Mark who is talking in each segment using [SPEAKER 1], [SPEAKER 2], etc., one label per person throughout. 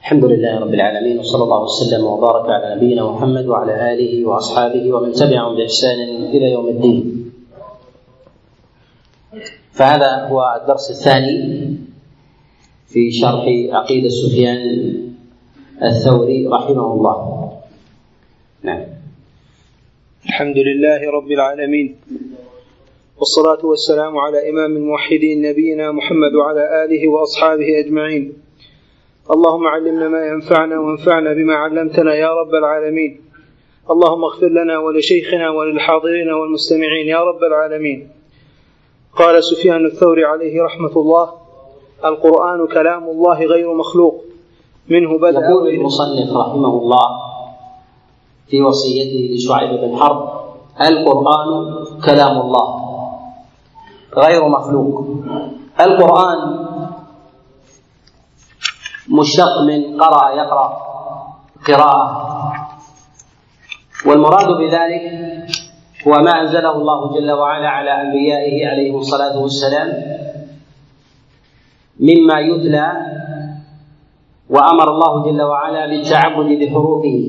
[SPEAKER 1] الحمد لله رب العالمين، وصلى الله وسلم وبارك على نبينا محمد وعلى آله وأصحابه ومن تبعهم بإحسان إلى يوم الدين. فهذا هو الدرس الثاني في شرح عقيدة سفيان الثوري رحمه الله. نعم.
[SPEAKER 2] الحمد لله رب العالمين، والصلاة والسلام على إمام الموحدين نبينا محمد وعلى آله وأصحابه أجمعين. اللهم علمنا ما ينفعنا وانفعنا بما علمتنا يا رب العالمين. اللهم اغفر لنا ولشيخنا وللحاضرين والمستمعين يا رب العالمين. قال سفيان الثوري عليه رحمة الله: القرآن كلام الله غير مخلوق، منه بدأ.
[SPEAKER 1] يقول المصنف رحمه الله في وصيته لشعيب بن حرب: القرآن كلام الله غير مخلوق. القرآن مشتق من قرأ يقرأ قراءة، والمراد بذلك هو ما أنزله الله جل وعلا على أنبيائه عليهم الصلاة والسلام مما يتلى، وأمر الله جل وعلا بالتعبد بحروفه،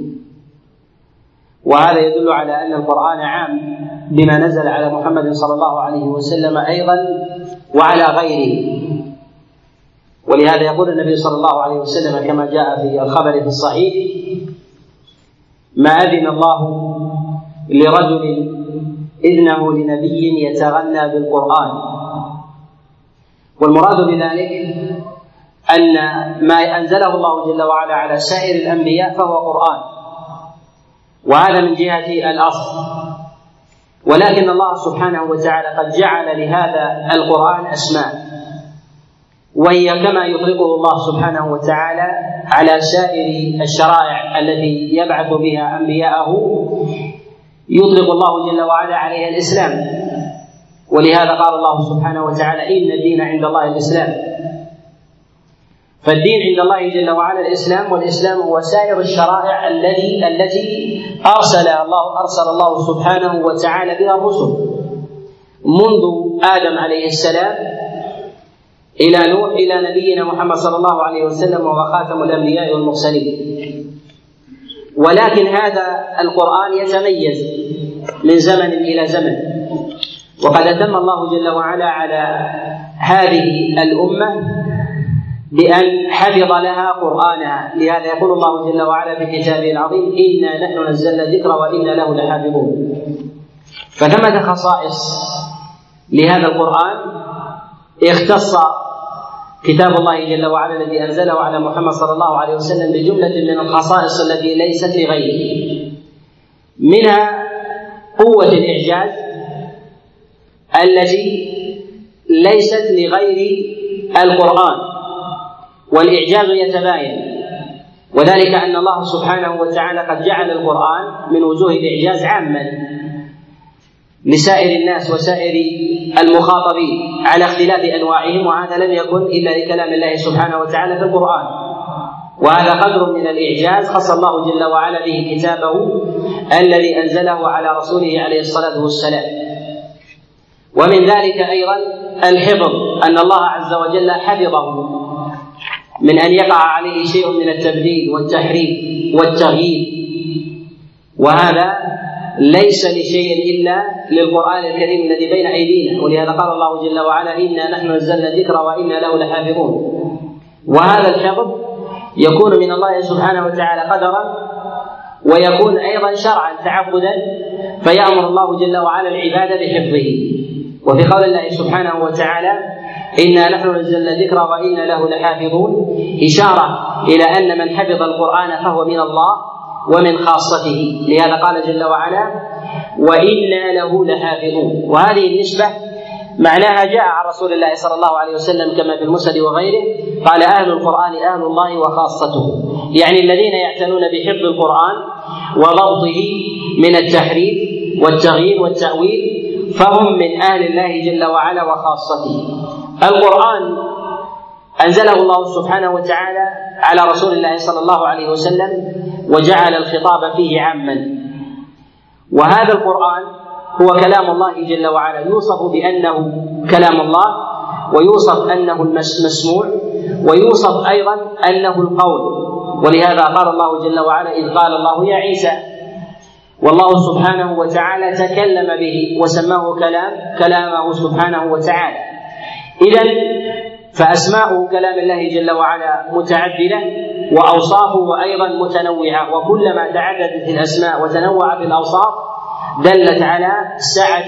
[SPEAKER 1] وهذا يدل على أن القرآن عام بما نزل على محمد صلى الله عليه وسلم أيضا وعلى غيره. ولهذا يقول النبي صلى الله عليه وسلم كما جاء في الخبر في الصحيح: ما أذن الله لرجل إذنه لنبي يتغنى بالقرآن. والمراد بذلك أن ما أنزله الله جل وعلا على سائر الأنبياء فهو قرآن، وهذا من جهة الأصل. ولكن الله سبحانه وتعالى قد جعل لهذا القرآن أسماء، وهي كما يطلقه الله سبحانه وتعالى على سائر الشرائع التي يبعث بها أنبياءه، يطلق الله جل وعلا عليها الإسلام. ولهذا قال الله سبحانه وتعالى: إن الدين عند الله الإسلام. فالدين عند الله جل وعلا الإسلام، والإسلام هو سائر الشرائع التي أرسل الله سبحانه وتعالى بها الرسل، منذ آدم عليه السلام إلى نوح إلى نبينا محمد صلى الله عليه وسلم، وهو خاتم الأنبياء والمرسلين. ولكن هذا القرآن يتميز من زمن إلى زمن، وقد أتم الله جل وعلا على هذه الأمة بأن حفظ لها قرآنها. لهذا يقول الله جل وعلا في كتابه العظيم: إنا نحن نزلنا الذكر وإنا له لحافظون. فثمة خصائص لهذا القرآن. اختص كتاب الله جل وعلا الذي أنزله على محمد صلى الله عليه وسلم بجملة من الخصائص التي ليست لغيره، منها قوة الإعجاز التي ليست لغير القرآن، والإعجاز يتباين، وذلك أن الله سبحانه وتعالى قد جعل القرآن من وجوه الإعجاز عاما لسائر الناس وسائر المخاطبين على اختلاف أنواعهم، وهذا لم يكن إلا لكلام الله سبحانه وتعالى في القرآن. وهذا قدر من الإعجاز خص الله جل وعلا به كتابه الذي أنزله على رسوله عليه الصلاة والسلام. ومن ذلك أيضا الحفظ، أن الله عز وجل حفظه من أن يقع عليه شيء من التبديل والتحريف والتغيير، وهذا ليس لشيء إلا للقرآن الكريم الذي بين أيدينا. ولهذا قال الله جل وعلا: إنا نحن نزلنا الذكر وإنا له لحافظون. وهذا الحفظ يكون من الله سبحانه وتعالى قدرا، ويكون أيضا شرعا تعبدا، فيأمر الله جل وعلا العباد بحفظه. وفي قول الله سبحانه وتعالى: إنا نحن نزلنا الذكر وإنا له لحافظون، إشارة إلى أن من حفظ القرآن فهو من الله ومن خاصته. لهذا قال جل وعلا: وإنا له لحافظون. وهذه النسبة معناها جاء عن رسول الله صلى الله عليه وسلم كما في المسند وغيره، قال: أهل القرآن أهل الله وخاصته، يعني الذين يعتنون بحفظ القرآن وضبطه من التحريف والتغيير والتأويل، فهم من أهل الله جل وعلا وخاصته. القرآن أنزله الله سبحانه وتعالى على رسول الله صلى الله عليه وسلم، وجعل الخطاب فيه عاما. وهذا القرآن هو كلام الله جل وعلا، يوصف بأنه كلام الله، ويوصف أنه المسموع، ويوصف أيضا أنه القول. ولهذا قال الله جل وعلا: إذ قال الله يا عيسى. والله سبحانه وتعالى تكلم به وسماه كلامه سبحانه وتعالى. إذن فأسماء كلام الله جل وعلا متعددة، وأوصافه أيضا متنوعة، وكلما تعددت الأسماء وتنوعت الأوصاف دلت على سعة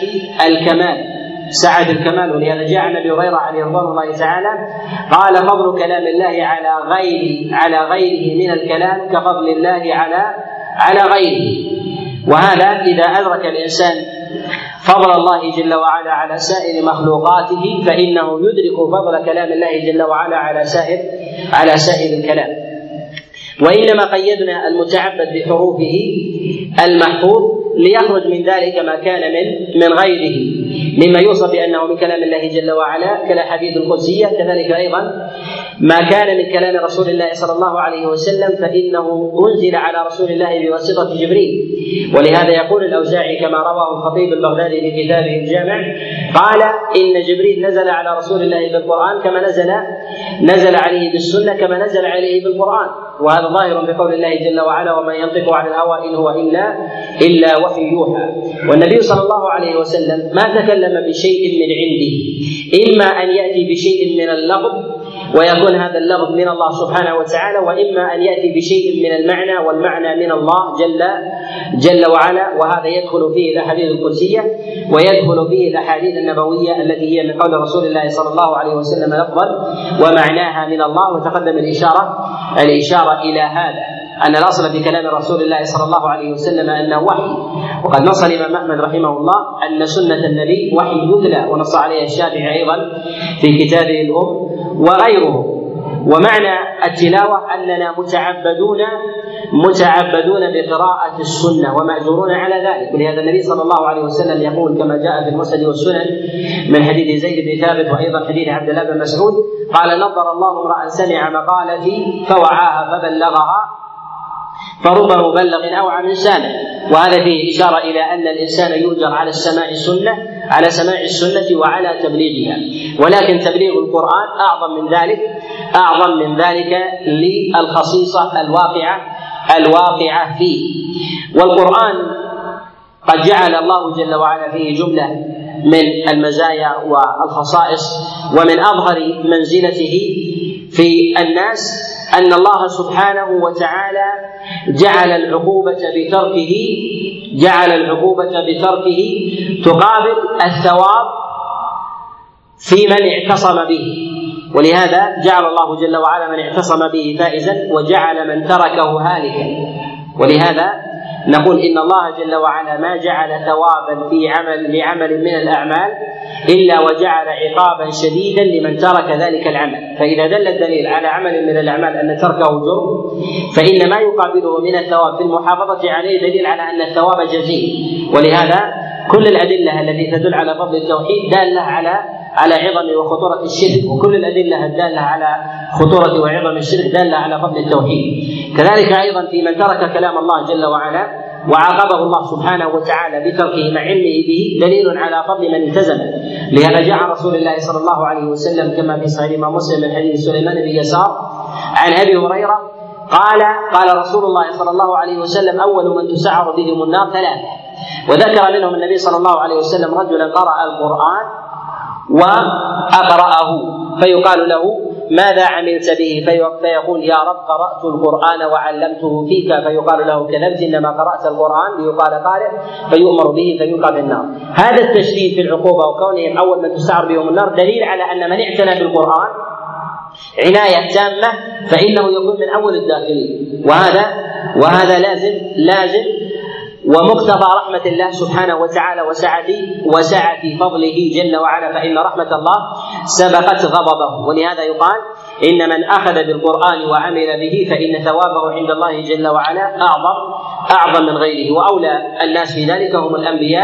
[SPEAKER 1] الكمال. ولهذا جاء عن ابي هريره عليه رضوان الله تعالى قال: فضل كلام الله على غيره من الكلام كفضل الله على غيره. وهذا إذا أدرك الإنسان فضل الله جل وعلا على سائر مخلوقاته فإنه يدرك فضل كلام الله جل وعلا على سائر الكلام. وإنما قيدنا المتعبد بحروفه المحفوظ ليخرج من ذلك ما كان من غيره مما يوصف بأنه من كلام الله جل وعلا كالأحاديث القدسية. كذلك أيضا ما كان من كلام رسول الله صلى الله عليه وسلم فإنه أنزل على رسول الله بواسطة جبريل. ولهذا يقول الأوزاعي كما رواه الخطيب البغدادي في كتابه الجامع قال: إن جبريل نزل على رسول الله بالقرآن كما نزل عليه بالسنة كما نزل عليه بالقرآن. وهذا ظاهر بقول الله جل وعلا: وما ينطق عن الهوى إن هو إلا وحي يوحى. والنبي صلى الله عليه وسلم ما تكلم بشيء من عنده، إما أن يأتي بشيء من اللفظ ويكون هذا اللفظ من الله سبحانه وتعالى، وإما أن يأتي بشيء من المعنى والمعنى من الله جل وعلا. وهذا يدخل فيه الأحاديث القدسية ويدخل فيه الأحاديث النبوية التي هي من قول رسول الله صلى الله عليه وسلم لفظا ومعناها من الله. وتقدم الإشارة إلى هذا أن الأصل في كلام رسول الله صلى الله عليه وسلم أنه وحي. وقد نص الإمام أحمد رحمه الله أن سنة النبي وحي يتلى، ونص عليه الشافعي أيضا في كتابه الأم وغيره. ومعنى التلاوة أننا متعبدون بقراءة السنة ومأجورون على ذلك. ولهذا النبي صلى الله عليه وسلم يقول كما جاء في المسند والسنن من حديث زيد بن ثابت وأيضا حديث عبد الله بن مسعود قال: نظر الله امرأ سمع مقالتي فوعاها فبلغها فرب مبلغ أوعى من سامع. وهذا فيه إشارة إلى أن الإنسان يؤجر على سماع السنة وعلى تبليغها. ولكن تبليغ القرآن أعظم من ذلك للخصيصة الواقعة فيه. والقرآن قد جعل الله جل وعلا فيه جملة من المزايا والخصائص. ومن أظهر منزلته في الناس أن الله سبحانه وتعالى جعل العقوبة بتركه تقابل الثواب في من اعتصم به. ولهذا جعل الله جل وعلا من اعتصم به فائزا وجعل من تركه هالكا. ولهذا نقول إن الله جل وعلا ما جعل ثوابا لعمل من الأعمال إلا وجعل عقابا شديدا لمن ترك ذلك العمل. فإذا دل الدليل على عمل من الأعمال أن تركه جرم فإن ما يقابله من الثواب في المحافظة عليه دليل على أن الثواب جزيل. ولهذا كل الأدلة التي تدل على فضل التوحيد دالة على عظم وخطورة الشرك، وكل الأدلة الدالة على خطورة وعظم الشرك دالة على فضل التوحيد. كذلك أيضا في من ترك كلام الله جل وعلا وعاقبه الله سبحانه وتعالى بتركه مع علمه به دليل على فضل من التزم. لهذا جاء رسول الله صلى الله عليه وسلم كما في صحيح الإمام مسلم من حديث سليمان بن يسار عن أبي هريرة قال رسول الله صلى الله عليه وسلم: أول من تسعر بهم النار ثلاثة. وذكر منهم النبي صلى الله عليه وسلم رجلا قرأ القرآن وأقرأه فيقال له: ماذا عملت به؟ فيقول: يا رب قرأت القرآن وعلمته فيك. فيقال له: كذبت، إنما قرأت القرآن ليقال قارئ، فيؤمر به فيلقى في النار. هذا التشديد في العقوبة وكونهم أول من تسعر بهم النار دليل على أن من اعتنى بالقرآن عناية تامة فإنه يكون من أول الداخلين. وهذا لازم ومقتضى رحمة الله سبحانه وتعالى وسعة فضله جل وعلا، فإن رحمة الله سبقت غضبه. ولهذا يقال: إن من أخذ بالقرآن وعمل به فإن ثوابه عند الله جل وعلا أعظم من غيره. وأولى الناس في ذلك هم الأنبياء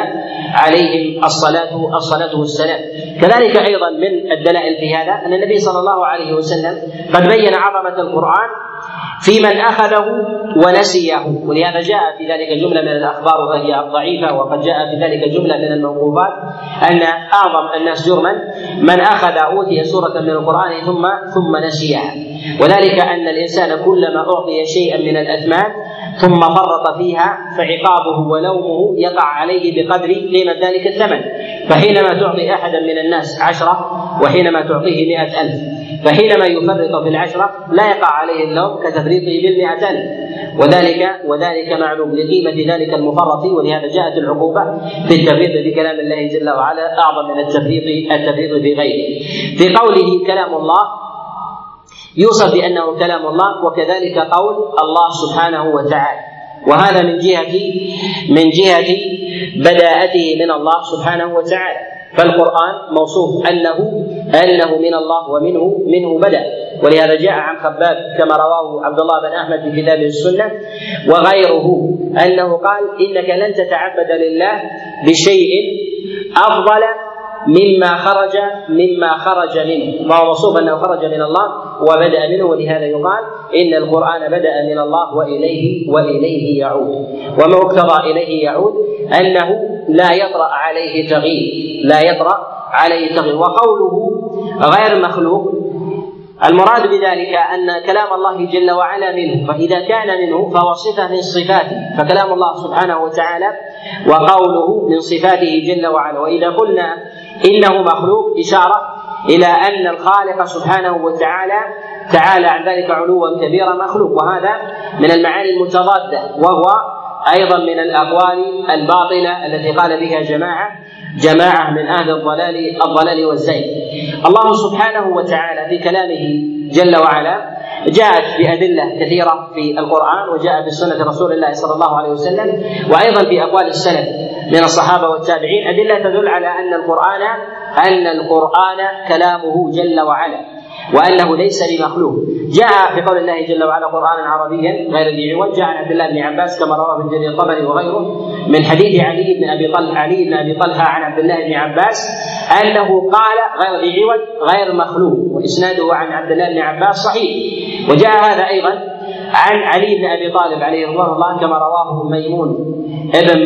[SPEAKER 1] عليهم الصلاة والسلام. كذلك أيضا من الدلائل في هذا أن النبي صلى الله عليه وسلم قد بين عظمة القرآن في من أخذه ونسيه، ولهذا جاء في ذلك جملة من الأخبار وهي ضعيفة، وقد جاء في ذلك جملة من الموقوفات أن أعظم الناس جرما من أوتي سورة من القرآن ثم نسيها، وذلك أن الإنسان كلما أعطي شيئا من الأثمان ثم فرط فيها فعقابه ولومه يقع عليه بقدر قيمة ذلك الثمن. فحينما تعطي أحدا من الناس 10 وحينما تعطيه 100,000، فحينما يفرط في 10 لا يقع عليه اللوم كتفريطه بال100,000، وذلك معلوم لقيمة ذلك المفرط، ولهذا جاءت العقوبة في التفريط بكلام الله جل وعلا أعظم من التفريط بغيره. في قوله كلام الله يوصف بأنه كلام الله، وكذلك قول الله سبحانه وتعالى، وهذا من جهة بداءته من الله سبحانه وتعالى. فالقرآن موصوف أنه من الله ومنه بدأ، ولهذا جاء عن خباب كما رواه عبد الله بن أحمد في كتابه السنة وغيره أنه قال: إنك لن تتعبد لله بشيء أفضل مما خرج منه، فهو موصوف أنه خرج من الله وبدأ منه، ولهذا يقال إن القرآن بدأ من الله وإليه يعود. وما اقتضى إليه يعود أنه لا يطرأ عليه تغيير، وقوله غير مخلوق المراد بذلك أن كلام الله جل وعلا منه، فإذا كان منه فهو صفة من صفاته، فكلام الله سبحانه وتعالى وقوله من صفاته جل وعلا. وإذا قلنا إنه مخلوق إشارة إلى أن الخالق سبحانه وتعالى عن ذلك علوا كبيرا مخلوق، وهذا من المعاني المتضادة، وهو أيضا من الأقوال الباطلة التي قال بها جماعة من أهل الضلال والزيغ. الله سبحانه وتعالى في كلامه جل وعلا جاءت بأدلة كثيرة في القرآن، وجاء بسنة رسول الله صلى الله عليه وسلم، وأيضا في أقوال السلف من الصحابة والتابعين أدلة تدل على أن القرآن كلامه جل وعلا، وأنه ليس بمخلوق. جاء في قول الله جل وعلا: قرآنا عربيا غير ذي عوج. جاء عن عبد الله بن عباس كما رواه ابن جرير الطبري وغيره من حديث علي بن أبي طلحة عن عبد الله بن عباس أنه قال غير ذي عوج غير مخلوق، وإسناده عن عبد الله بن عباس صحيح. وجاء هذا أيضا عن علي بن أبي طالب عليه رضوان الله كما رواه ميمون بن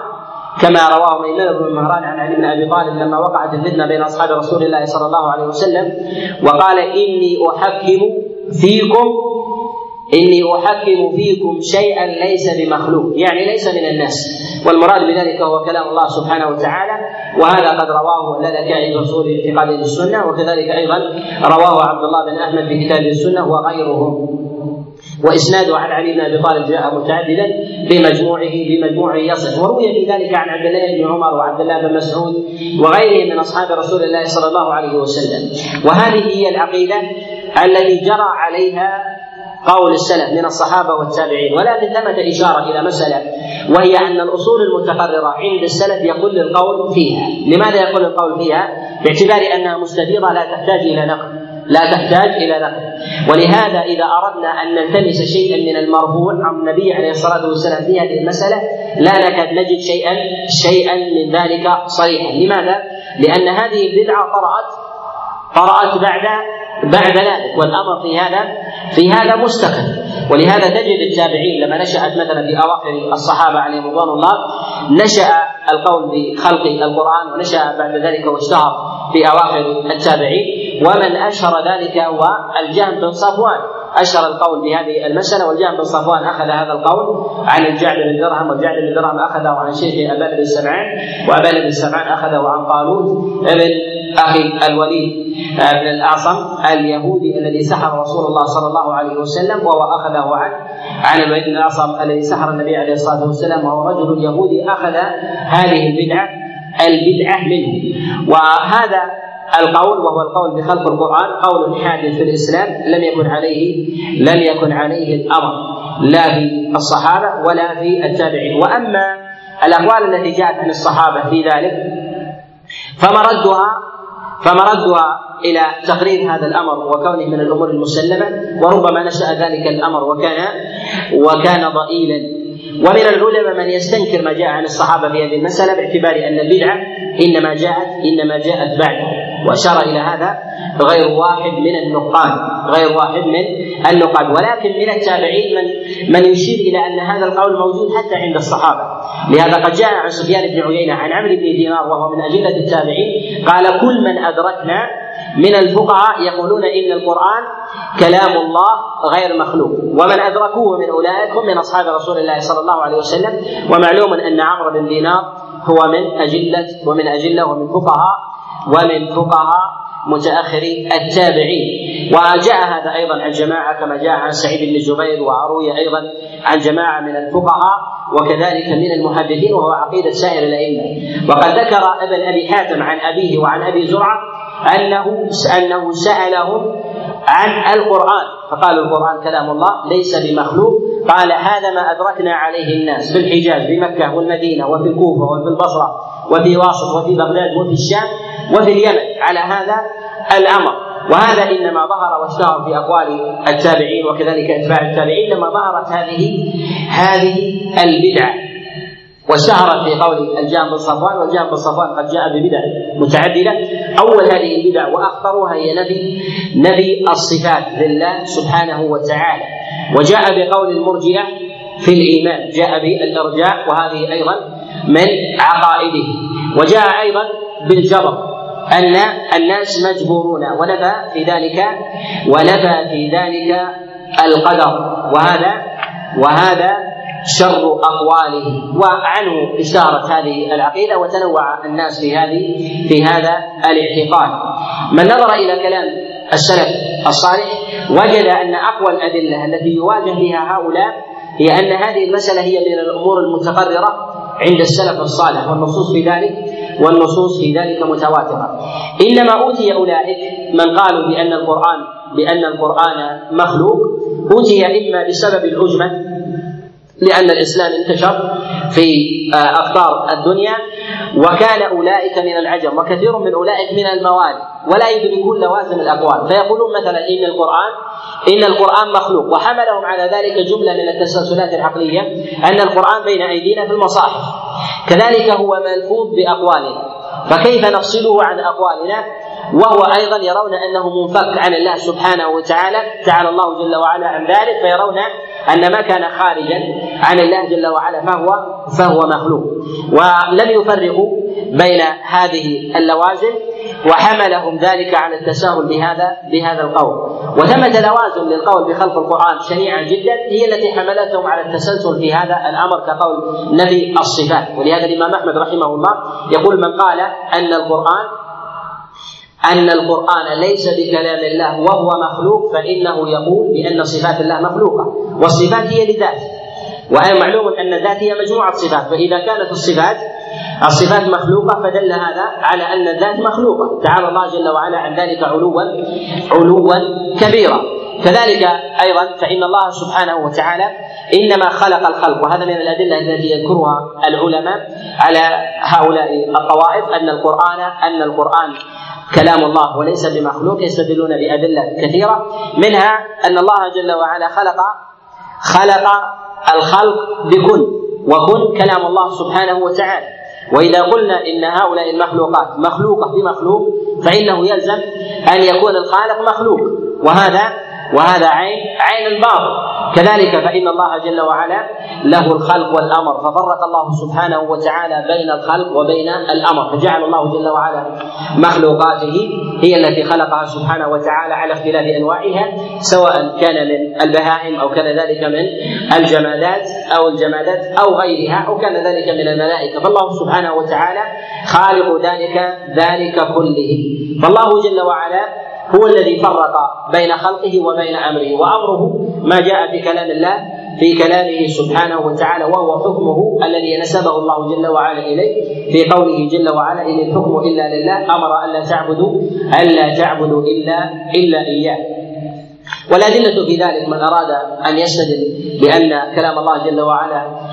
[SPEAKER 1] مهران عن علي بن أبي طالب لما وقعت الفتنة بين أصحاب رسول الله صلى الله عليه وسلم، وقال: إني أحكم فيكم شيئا ليس بمخلوق، يعني ليس من الناس، والمراد بذلك هو كلام الله سبحانه وتعالى. وهذا قد رواه اللالكائي في أصول اعتقاد السنة، وكذلك أيضا رواه عبد الله بن أحمد في كتاب السنة وغيرهم، وإسناده عن علي بن أبي طالب جاء متعددا بمجموعه يصح. وروي في ذلك عن عبد الله بن عمر وعبد الله بن مسعود وغيرهم من أصحاب رسول الله صلى الله عليه وسلم. وهذه هي العقيدة التي جرى عليها قول السلف من الصحابة والتابعين. ولكن ثمة إشارة إلى مسألة، وهي أن الأصول المتقررة عند السلف يقل القول فيها. لماذا يقل القول فيها؟ باعتبار أنها مستفيضة لا تحتاج إلى نقل. ولهذا إذا أردنا أن نلتمس شيئا من المرفوع عن النبي عليه الصلاة والسلام في هذه المسألة لا نكاد نجد شيئا من ذلك صريحا. لماذا؟ لأن هذه البدعة طرأت بعد ذلك، والأمر في هذا مستقر. ولهذا تجد التابعين لما نشأت مثلا في أواخر الصحابة عليهم رضوان الله نشأ القول بخلق القرآن، ونشأ بعد ذلك واشتهر في أواخر التابعين. ومن أشهر ذلك هو الجهم بن صفوان، أشهر القول بهذه المسألة، والجهم بن صفوان أخذ هذا القول عن الجعد بن درهم، والجعد بن درهم أخذه عن شيخ أبان بن سمعان، وأبان بن سمعان أخذه عن طالوت ابن أخي الوليد بن الأعصم اليهودي الذي سحر رسول الله صلى الله عليه وسلم، وهو أخذه عن الوليد بن الأعصم الذي سحر النبي عليه الصلاة والسلام، وهو رجل يهودي أخذ هذه البدعة منه. وهذا القول وهو القول بخلق القرآن قول حادث في الإسلام لم يكن عليه الأمر لا في الصحابة ولا في التابعين. وأما الأقوال التي جاءت عن الصحابة في ذلك فمردها إلى تقرير هذا الأمر وكونه من الأمور المسلمة، وربما نشأ ذلك الأمر وكان ضئيلا. ومن العلماء من يستنكر ما جاء عن الصحابة في هذه المسألة باعتبار أن البدعة إنما جاءت بعد، وأشار إلى هذا غير واحد من النقاد. ولكن من التابعين من يشير إلى أن هذا القول موجود حتى عند الصحابة. لهذا قد جاء عن سفيان بن عيينة عن عمرو بن دينار وهو من أجلة التابعين قال: كل من أدركنا من الفقهاء يقولون إن القرآن كلام الله غير مخلوق، ومن أدركوه من أولئك هم من أصحاب رسول الله صلى الله عليه وسلم. ومعلوم أن عمرو بن دينار هو من أجلة ومن فقهاء متأخري التابعين. وجاء هذا أيضا عن جماعة كما جاء عن سعيد بن جبير، وروي أيضا عن جماعة من الفقهاء وكذلك من المحدثين، وهو عقيدة سائر الأئمة. وقد ذكر ابن أبي حاتم عن أبيه وعن أبي زرعة أنه سألهم عن القرآن فقالوا: القرآن كلام الله ليس بمخلوق. قال: هذا ما أدركنا عليه الناس في الحجاز بمكة والمدينة وفي الكوفة وفي البصرة وفي واسط وفي بغداد وفي الشام وفي اليمن على هذا الأمر. وهذا إنما ظهر واشتهر في أقوال التابعين وكذلك أتباع التابعين لما ظهرت هذه البدعة، واشتهرت في قول الجهم بن صفوان. والجهم بن صفوان قد جاء ببدع متعددة. أول هذه البدع وأخطرها هي نفي الصفات لله سبحانه وتعالى، وجاء بقول المرجئة في الإيمان، جاء بالإرجاء وهذه أيضا من عقائده. وجاء أيضا بالجبر أن الناس مجبورون، ونفى في ذلك القدر، وهذا شر أقواله. وعنه اشتهرت هذه العقيدة وتنوع الناس في هذا الاعتقاد. من نظر إلى كلام السلف الصالح وجد أن أقوى الأدلة التي يواجه بها هؤلاء هي أن هذه المسألة هي من الأمور المتقررة عند السلف الصالح، والنصوص في ذلك متواترة. إنما أوتي أولئك من قالوا بأن القرآن مخلوق أوتي إما بسبب العجمة، لأن الإسلام انتشر في أقطار الدنيا، وكان أولئك من العجم وكثير من أولئك من الموالي ولا يدركون لوازم الأقوال، فيقولون مثلا إن القرآن مخلوق، وحملهم على ذلك جملة من التسلسلات العقلية أن القرآن بين أيدينا في المصاحف، كذلك هو ملفوظ بأقوالنا، فكيف نفصله عن أقوالنا؟ وهو أيضا يرون أنه منفك عن الله سبحانه وتعالى، تعالى الله جل وعلا عن ذلك، فيرون أن ما كان خارجا عن الله جل وعلا فهو مخلوق. ولم يفرقوا بين هذه اللوازم، وحملهم ذلك على التساهل بهذا القول. وثمة لوازم للقول بخلق القرآن شنيعة جدا هي التي حملتهم على التسلسل في هذا الأمر، كقول نفي الصفات. ولهذا الإمام أحمد رحمه الله يقول: من قال أن القرآن ليس بكلام الله وهو مخلوق فإنه يقول بأن صفات الله مخلوقة، والصفات هي لذات، ومعلوم أن الذات هي مجموعة صفات، فإذا كانت الصفات مخلوقة فدل هذا على أن الذات مخلوقة، تعالى الله جل وعلا عن ذلك علوا كبيرا. كذلك أيضا فإن الله سبحانه وتعالى إنما خلق الخلق، وهذا من الأدلة التي يذكرها العلماء على هؤلاء الطوائف أن القرآن كلام الله وليس بمخلوق، يستدلون بأدلة كثيرة، منها أن الله جل وعلا خلق الخلق بكن، وكن كلام الله سبحانه وتعالى. وإذا قلنا إن هؤلاء المخلوقات مخلوقة بمخلوق فإنه يلزم أن يكون الخالق مخلوق، وهذا عين الباطل. كذلك فإن الله جل وعلا له الخلق والأمر، ففرق الله سبحانه وتعالى بين الخلق وبين الأمر، فجعل الله جل وعلا مخلوقاته هي التي خلقها سبحانه وتعالى على اختلاف أنواعها، سواء كان من البهائم أو كان ذلك من الجمادات أو غيرها، أو كان ذلك من الملائكة. فالله سبحانه وتعالى خالق ذلك كله. فالله جل وعلا هو الذي فرق بين خلقه وبين أمره، وأمره ما جاء في كلام الله في كلامه سبحانه وتعالى، وهو حكمه الذي نسبه الله جل وعلا إليه في قوله جل وعلا: إن الحكم إلا لله، أمر ألا تعبدوا إلا إياه. والأدلة في ذلك من أراد أن يستدل بأن كلام الله جل وعلا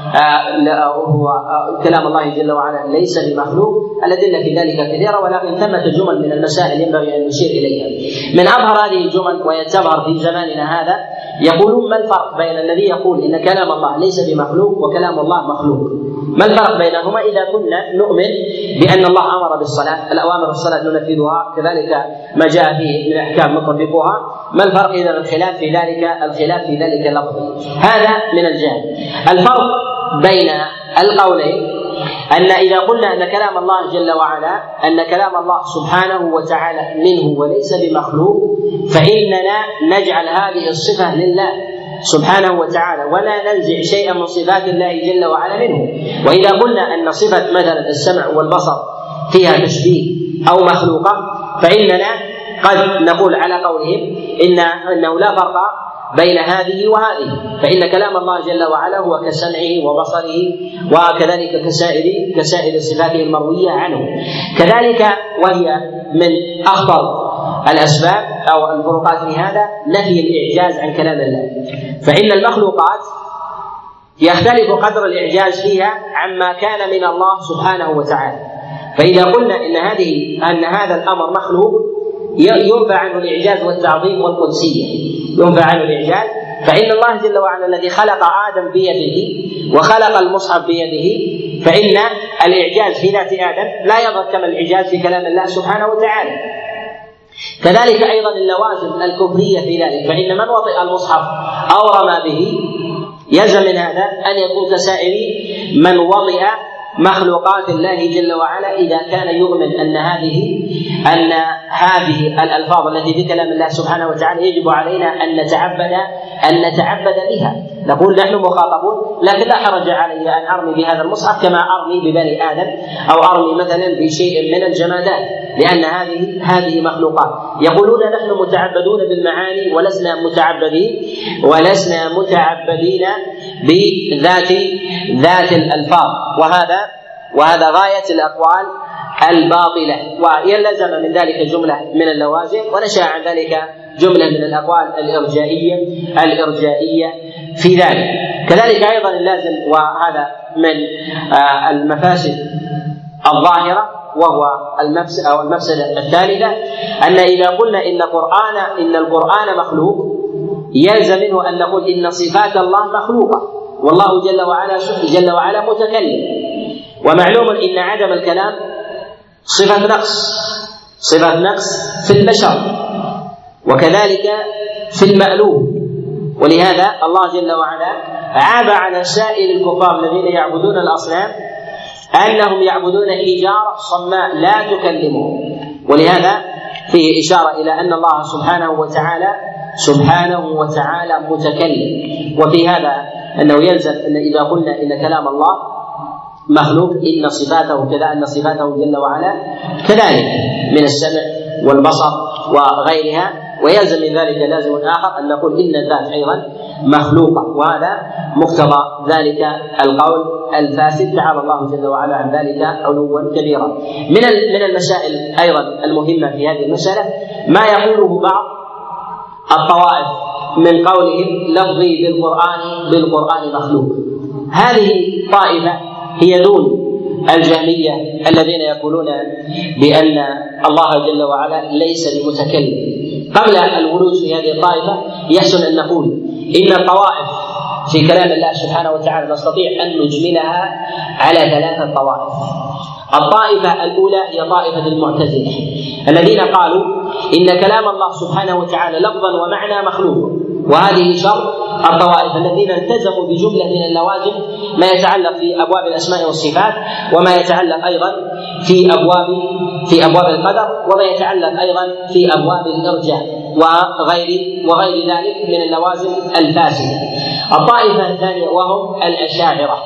[SPEAKER 1] كلام الله جل وعلا ليس بمخلوق، الأدلة في ذلك كثيرة، ولكن ثمة جمل من المسائل ينبغي أن نشير إليها. من أظهر هذه الجمل ويتظهر في زماننا هذا يقولون ما الفرق بين الذي يقول إن كلام الله ليس بمخلوق وكلام الله مخلوق؟ ما الفرق بينهما إذا كنا نؤمن بأن الله أمر بالصلاة، الأوامر الصلاة ننفذها، كذلك ما جاء فيه من أحكام نطبقها؟ ما الفرق إذا الخلاف في ذلك اللفظ؟ هذا من الجهل. الفرق بين القولين أن إذا قلنا أن كلام الله جل وعلا أن كلام الله سبحانه وتعالى منه وليس بمخلوق، فإننا نجعل هذه الصفة لله سبحانه وتعالى ولا ننزع شيئا من صفات الله جل وعلا منه. وإذا قلنا أن صفة مثلا السمع والبصر فيها تشبيه أو مخلوقة، فإننا قد نقول على قولهم إنه لا فرق بين هذه وهذه، فإن كلام الله جل وعلا هو كسمعه وبصره وكذلك كسائر صفاته المروية عنه. كذلك وهي من أخطر الأسباب أو الفروقات في هذا نفي الإعجاز عن كلام الله، فإن المخلوقات يختلف قدر الإعجاز فيها عما كان من الله سبحانه وتعالى. فإذا قلنا أن هذا الأمر مخلوق ينفى عنه الإعجاز والتعظيم والقدسية، ينفى عنه الإعجاز، فإن الله جل وعلا الذي خلق آدم بيده وخلق المصحف بيده، فإن الإعجاز في ذات آدم لا يظهر كما الإعجاز في كلام الله سبحانه وتعالى. كذلك أيضا اللوازم الكفرية في ذلك، فإن من وطئ المصحف أو رمى به يلزم من هذا أن يكون كسائر من وطئ مخلوقات الله جل وعلا، إذا كان يؤمن أن هذه الألفاظ التي في كلام الله سبحانه وتعالى يجب علينا أن نتعبد بها. نقول نحن مخاطبون، لكن لا حرج علي أن أرمي بهذا المصحف كما أرمي ببني آدم أو أرمي مثلا بشيء من الجمادات، لأن هذه مخلوقات. يقولون نحن متعبدون بالمعاني ولسنا متعبدين بذات الألفاظ، وهذا غاية الأقوال الباطلة، ويلزم من ذلك جملة من اللوازم، ونشأ عن ذلك جملة من الأقوال الإرجائية في ذلك. كذلك أيضا اللازم، وهذا من المفاسد الظاهرة وهو المفسدة الثالثة، أن إذا قلنا إن القرآن مخلوق يلزم منه أن نقول إن صفات الله مخلوقة، والله جل وعلا متكلم. ومعلوم إن عدم الكلام صفة نقص في البشر وكذلك في المألوف، ولهذا الله جل وعلا عاب على سائر الكفار الذين يعبدون الأصنام أنهم يعبدون حجارة صماء لا تكلمهم، ولهذا فيه إشارة إلى أن الله سبحانه وتعالى متكلم. وفي هذا أنه يلزم أن إذا قلنا إن كلام الله مخلوق إن صفاته جل وعلا كذلك من السمع والبصر وغيرها، ويلزم من ذلك لازم آخر أن نقول إن الذات أيضا مخلوقة، وهذا مقتضى ذلك القول الفاسد، تعالى الله جل وعلا عن ذلك علوا كبيرا. من المسائل أيضا المهمة في هذه المسألة ما يقوله بعض الطوائف من قولهم لفظي بالقرآن مخلوق. هذه طائفة هي دون الجهمية الذين يقولون بأن الله جل وعلا ليس بمتكلم. قبل الورود في هذه الطائفة يحسن أن نقول إن الطوائف في كلام الله سبحانه وتعالى نستطيع أن نجملها على 3 طوائف. الطائفة الأولى هي طائفة المعتزلة الذين قالوا إن كلام الله سبحانه وتعالى لفظا ومعنى مخلوق، وهذه شر الطوائف الذين التزموا بجملة من اللوازم ما يتعلق في أبواب الأسماء والصفات، وما يتعلق أيضا في أبواب القدر، وما يتعلق أيضا في أبواب الإرجاء وغير ذلك من اللوازم الفاسدة. الطائفة الثانية وهم الأشاعرة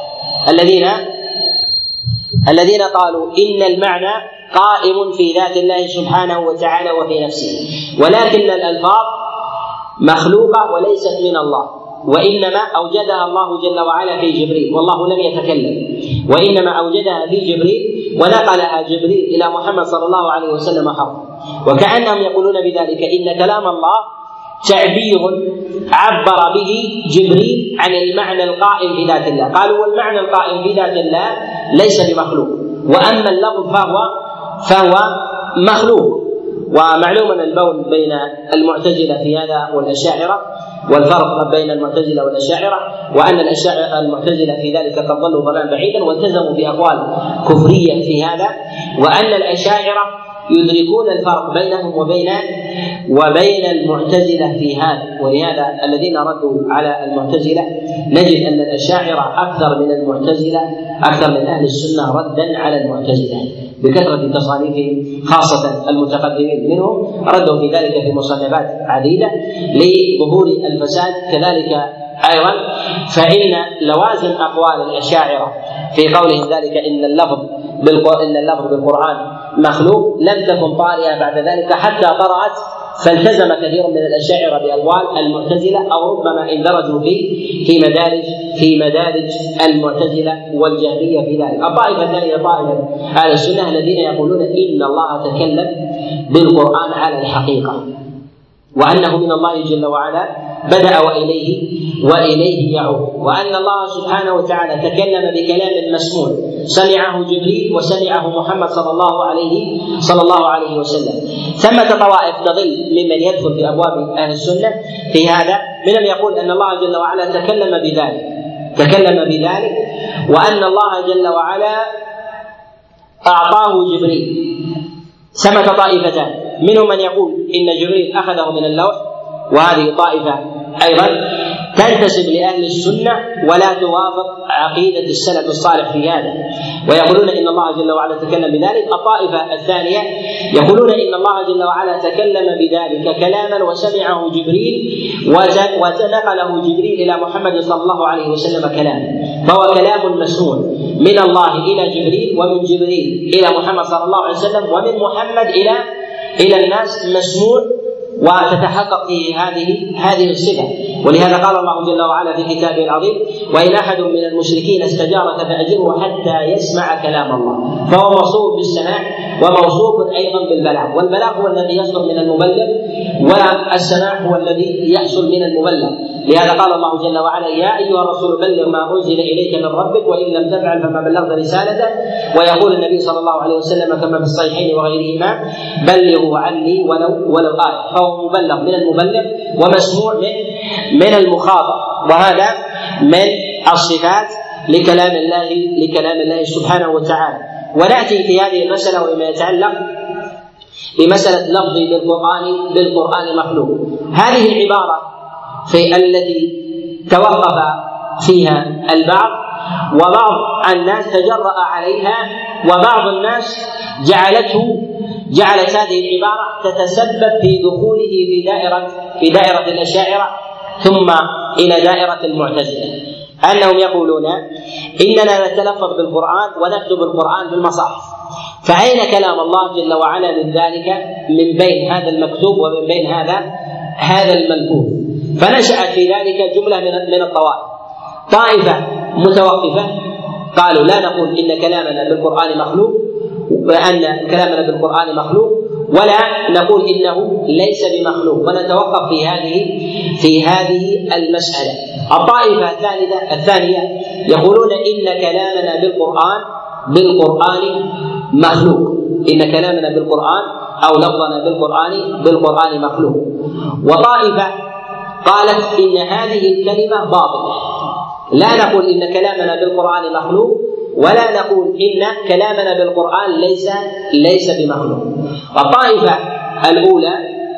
[SPEAKER 1] الذين قالوا إن المعنى قائم في ذات الله سبحانه وتعالى وفي نفسه، ولكن الألفاظ مخلوقة وليست من الله، وإنما أوجدها الله جل وعلا في جبريل، والله لم يتكلم، وإنما أوجدها في جبريل ونقلها جبريل إلى محمد صلى الله عليه وسلم حرفا. وكأنهم يقولون بذلك إن كلام الله تعبير عبر به جبريل عن المعنى القائم في ذات الله. قالوا والمعنى القائم في ذات الله ليس بمخلوق، وأما اللفظ فهو مخلوق. ومعلوم أن البون بين المعتزلة في هذا والأشاعرة، والفرق بين المعتزلة والأشاعرة، وأن المعتزلة في ذلك قد ضلوا ضلالا بعيدا والتزموا بأقوال كفرية في هذا، وأن الأشاعرة يدركون الفرق بينهم وبين المعتزلة في هذا. ولهذا الذين ردوا على المعتزلة نجد أن الأشاعرة أكثر من المعتزلة، أكثر من أهل السنة ردا على المعتزلة بكثرة تصانيفهم، خاصة المتقدمين منهم ردوا في ذلك في مصنفات عديدة لظهور الفساد. كذلك أيضا فإن لوازم أقوال الأشاعرة في قولهم ذلك إن اللفظ بالقرآن مخلوق لم تكن طارئة بعد ذلك حتى طرأت، فالتزم كثير من الأشاعرة بأقوال المعتزلة، أو ربما اندرجوا في مدارج المعتزلة والجهمية في ذلك. الطائفة الثانية طائفة أهل السنة الذين يقولون إن الله تكلم بالقرآن على الحقيقة، وأنه من الله جل وعلا بدأ وإليه يعود، وأن الله سبحانه وتعالى تكلم بكلام مسموع سمعه جبريل وسمعه محمد صلى الله عليه وسلم. ثمة طوائف تضل ممن يدخل في أبواب أهل السنة في هذا، منهم يقول أن الله جل وعلا تكلم بذلك وأن الله جل وعلا أعطاه جبريل. ثمة طائفتان، منهم من يقول إن جبريل أخذه من اللوح، وهذه طائفة أيضا تنتسب لأهل السنة ولا توافق عقيدة السلف الصالح في هذا، ويقولون إن الله جل وعلا تكلم بذلك. الطائفة الثانية يقولون إن الله جل وعلا تكلم بذلك كلاما وسمعه جبريل وتنقله جبريل إلى محمد صلى الله عليه وسلم كلاما، فهو كلام مسموع من الله إلى جبريل، ومن جبريل إلى محمد صلى الله عليه وسلم، ومن محمد إلى الناس مسموع وتتحقق فيه هذه الصفة. ولهذا قال الله جل وعلا في كتابه العظيم: وإن أحد من المشركين استجارك فأجره حتى يسمع كلام الله. فهو موصوف بالسماع وموصوف أيضا بالبلاغ، والبلاغ هو الذي يصدر من المبلغ، والسماع هو الذي يحصل من المبلغ. لهذا قال الله جل وعلا: يا أيها الرسول بلغ ما أنزل إليك من ربك وإن لم تفعل فما بلغت رسالته. ويقول النبي صلى الله عليه وسلم كما في الصحيحين وغيرهما: بلغوا عني ولو آية. فهو مبلغ من المبلغ ومسموع من المخاطب، وهذا من الصفات لكلام الله سبحانه وتعالى. ونأتي في هذه المسألة وما يتعلق بمسألة لفظ بالقرآن مخلوق. هذه العبارة في التي توقف فيها البعض، وبعض الناس تجرأ عليها، وبعض الناس جعلت هذه العبارة تتسبب في دخوله في دائرة الأشاعرة ثم إلى دائرة المعتزلة، أنهم يقولون إننا نتلفظ بالقرآن ونكتب القرآن بالمصاحف، فأين كلام الله جل وعلا من ذلك، من بين هذا المكتوب ومن بين هذا الملفوظ؟ فنشأت في ذلك جملة من الطوائف. طائفة متوقفة قالوا لا نقول إن كلامنا بالقرآن مخلوق، وأن كلامنا بالقرآن مخلوق، ولا نقول إنه ليس بمخلوق، ونتوقف في هذه المسألة. الطائفة الثانية يقولون إن كلامنا بالقرآن مخلوق، إن كلامنا بالقرآن أو لفظنا بالقرآن مخلوق. وطائفة قالت إن هذه الكلمة باطلة، لا نقول إن كلامنا بالقرآن مخلوق، ولا نقول إن كلامنا بالقرآن ليس بمخلوق. الطائفة الأولى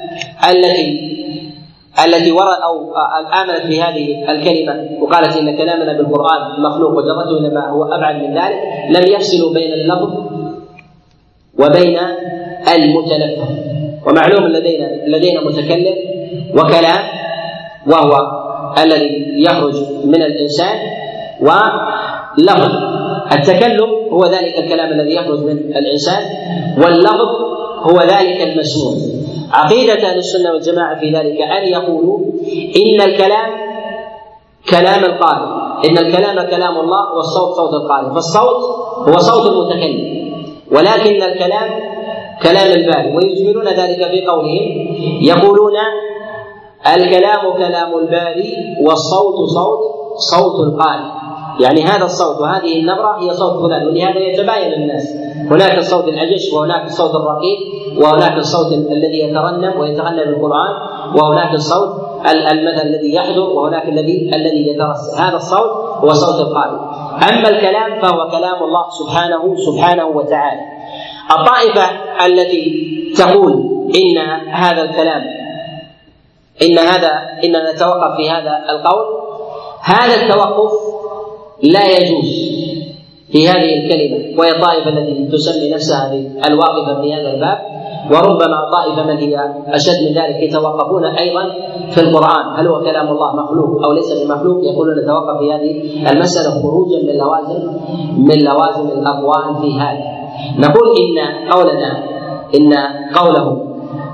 [SPEAKER 1] التي آمنت في هذه الكلمة وقالت إن كلامنا بالقرآن مخلوق وجرته إلى ما هو أبعد من ذلك، لم يفصلوا بين اللفظ وبين المتلفظ. ومعلوم لدينا متكلم وكلام، وهو الذي يخرج من الإنسان، ولفظ. التكلم هو ذلك الكلام الذي يخرج من الإنسان، واللفظ هو ذلك المسموع. عقيدة أهل السنة والجماعة في ذلك أن يقولوا إن الكلام كلام القارئ، إن الكلام كلام الله، والصوت صوت القارئ، فالصوت هو صوت المتكلم، ولكن الكلام كلام الباري. ويجملون ذلك في قولهم، يقولون الكلام كلام الباري والصوت صوت القارئ، يعني هذا الصوت وهذه النبرة هي صوت فلان. ولهذا يتباين الناس هناك الصوت الأجش، وهناك الصوت الرقيق، وهناك الصوت الذي يترنم ويتغنى بالقرآن، وهناك الصوت المثل الذي يحضر، وهناك الذي يترسل. هذا الصوت هو صوت القارئ. أما الكلام فهو كلام الله سبحانه وتعالى. الطائفة التي تقول إن هذا الكلام إننا نتوقف في هذا القول، هذا التوقف لا يجوز في هذه الكلمة، وهي الطائفة التي تسمي نفسها الواقفة في هذا الباب. وربما طائفة من هي أشد من ذلك يتوقفون أيضا في القرآن، هل هو كلام الله مخلوق أو ليس بمخلوق، يقولون نتوقف في هذه المسألة خروجا من لوازم الأقوال في هذا. نقول إن قوله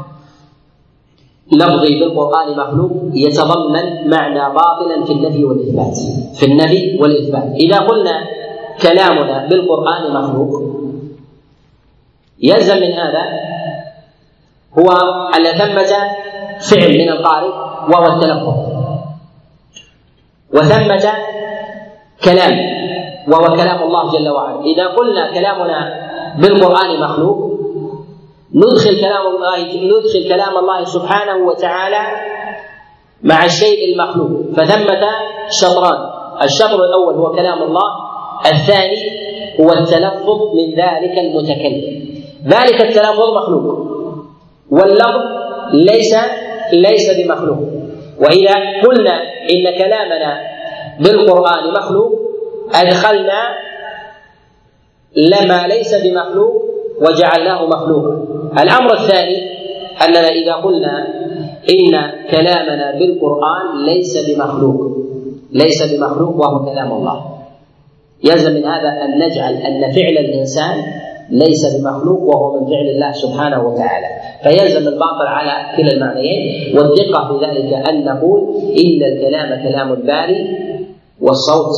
[SPEAKER 1] لفظي بالقرآن مخلوق يتضمن معنى باطلا في النفي والإثبات. إذا قلنا كلامنا بالقرآن مخلوق يلزم من هذا هو أن ثمة فعل من القارئ وهو التلفظ، وثمة كلام وهو كلام الله جل وعلا. إذا قلنا كلامنا بالقرآن مخلوق ندخل كلام الله سبحانه وتعالى مع الشيء المخلوق، فثمة شطران: الشطر الأول هو كلام الله، الثاني هو التلفظ من ذلك المتكلم. ذلك التلفظ مخلوق واللفظ ليس بمخلوق. وإذا قلنا إن كلامنا بالقرآن مخلوق أدخلنا لما ليس بمخلوق وجعلناه مخلوقا. الأمر الثاني أننا إذا قلنا إن كلامنا بالقرآن ليس بمخلوق وهو كلام الله، يلزم من هذا أن نجعل أن فعل الإنسان ليس بمخلوق وهو من فعل الله سبحانه وتعالى، فيلزم الباطل على كلا المعنيين. والدقة في ذلك أن نقول إن الكلام كلام الباري والصوت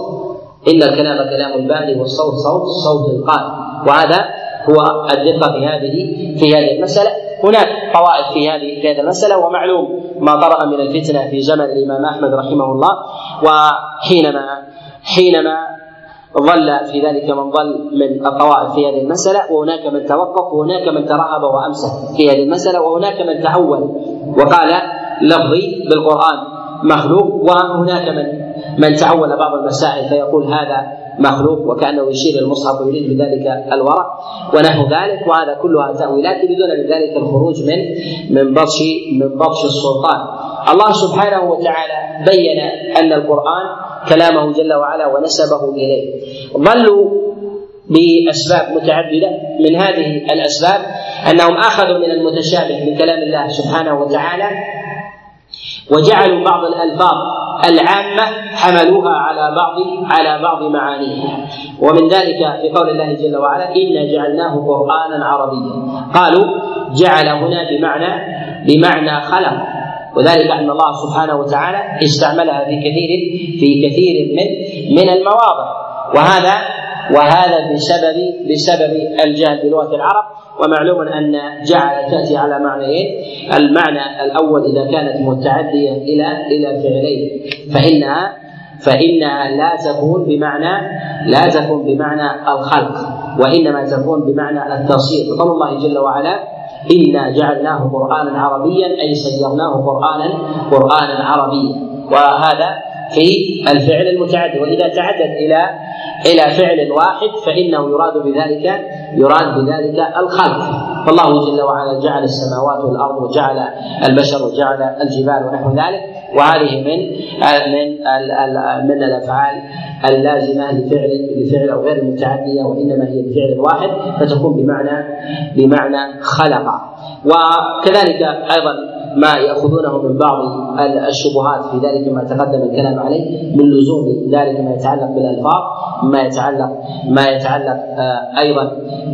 [SPEAKER 1] صوت القارئ، وهذا هو الدقة في هذه المسألة. هناك طوائف في هذه المسألة، ومعلوم ما طرأ من الفتنة في زمن الإمام أحمد رحمه الله، وحينما ظل في ذلك من ظل من الطوائف في هذه المسألة، وهناك من توقف، وهناك من ترهب وأمسك في هذه المسألة، وهناك من تعول وقال لفظي بالقرآن مخلوق، وهناك من تعول بعض المسائل فيقول هذا مخلوق وكأنه يشير المصحف ويريد بذلك الورق ونحو ذلك، وهذا كلها تأويلات يريدون بذلك الخروج من بطش السلطان. الله سبحانه وتعالى بين أن القرآن كلامه جل وعلا ونسبه إليه. ظلوا بأسباب متعددة، من هذه الأسباب أنهم أخذوا من المتشابه من كلام الله سبحانه وتعالى وجعلوا بعض الألفاظ العامة حملوها على بعض معانيها، ومن ذلك في قول الله جل وعلا إنا جعلناه قرآنا عربيا. قالوا جعل هنا بمعنى خلق، وذلك أن الله سبحانه وتعالى استعملها في كثير من المواضع، وهذا بسبب الجهل بلغة العرب. ومعلوم أن جعل تأتي على معنيين: المعنى الأول إذا كانت متعدية إلى فعلين فإنها لا تكون بمعنى الخلق، وإنما تكون بمعنى التصير. قول الله جل وعلا إنا جعلناه قرآنا عربيا أي صيرناه قرآنا عربيا، وهذا في الفعل المتعدد. وإذا تعدد إلى فعل واحد فإنه يراد بذلك الخلق. فالله جل وعلا جعل السماوات والأرض وجعل البشر وجعل الجبال ونحو ذلك، وهذه من الأفعال اللازمة لفعل أو غير المتعدية، وإنما هي بفعل واحد فتكون بمعنى خلق. وكذلك أيضا ما يأخذونه من بعض الشبهات في ذلك ما تقدم الكلام عليه من لزوم ذلك ما يتعلق بالألفاظ، ما يتعلق أيضا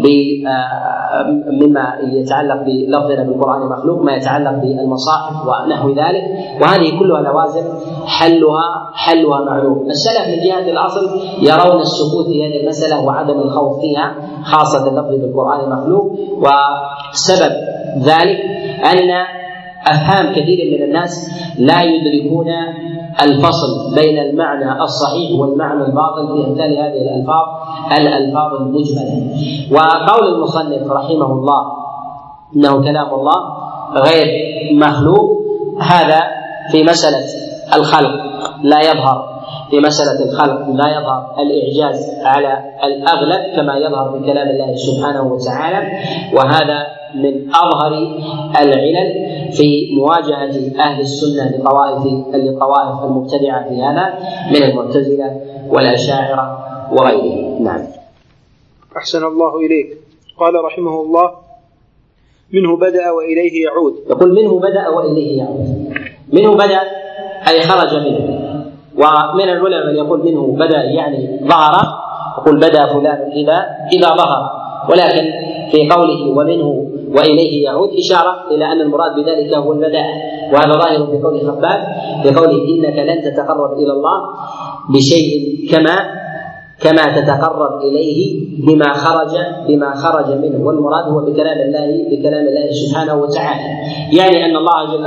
[SPEAKER 1] مما يتعلق بلفظنا بالقرآن مخلوق، ما يتعلق بالمصاحف ونحو ذلك، وهذه كلها لوازم حلها معلوم. السلف من جهة الأصل يرون السكوت في هذه المسألة وعدم الخوض فيها، خاصة اللفظ بالقرآن مخلوق. وسبب ذلك أفهام كثير من الناس لا يدركون الفصل بين المعنى الصحيح والمعنى الباطل في أمثال هذه الألفاظ المجملة. وقول المصنف رحمه الله إنه كلام الله غير مخلوق، هذا في مسألة الخلق لا يظهر، في مسألة الخلق لا يظهر الإعجاز على الأغلب كما يظهر في كلام الله سبحانه وتعالى، وهذا من أظهر العلل في مواجهة أهل السنة للطوائف المبتدعة في هذا من المعتزلة والأشاعرة وغيرهم. نعم.
[SPEAKER 2] أحسن الله إليك. قال رحمه الله: منه بدأ وإليه يعود.
[SPEAKER 1] يقول منه بدأ وإليه يعود. منه بدأ أي خرج منه، ومن العلماء من يقول منه بدأ يعني ظهر، يقول بدأ فلان إذا ظهر، ولكن في قوله ومنه وإليه يعود إشارة إلى أن المراد بذلك هو البداء، وهذا ظاهر في قول خباب في قوله إنك لن تتقرب إلى الله بشيء كما تتقرب إليه بما خرج منه، والمراد هو بكلام الله سبحانه وتعالى، يعني أن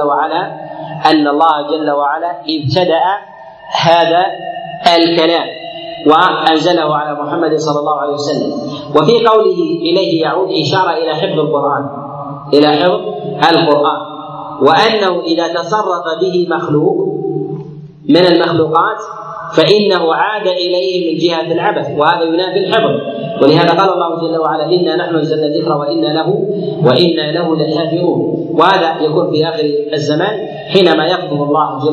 [SPEAKER 1] الله جل وعلا ابتدأ هذا الكلام وأنزله على محمد صلى الله عليه وسلم. وفي قوله إليه يعود إشارة إلى حفظ القرآن، وأنه إذا تصرف به مخلوق من المخلوقات فإنه عاد إليه من جهة العبث، وهذا ينافي الحفظ. ولهذا قال الله جل وعلا إنا نحن نزلنا الذكر وإنا له لحافظون. وهذا يكون في آخر الزمان حينما يقبض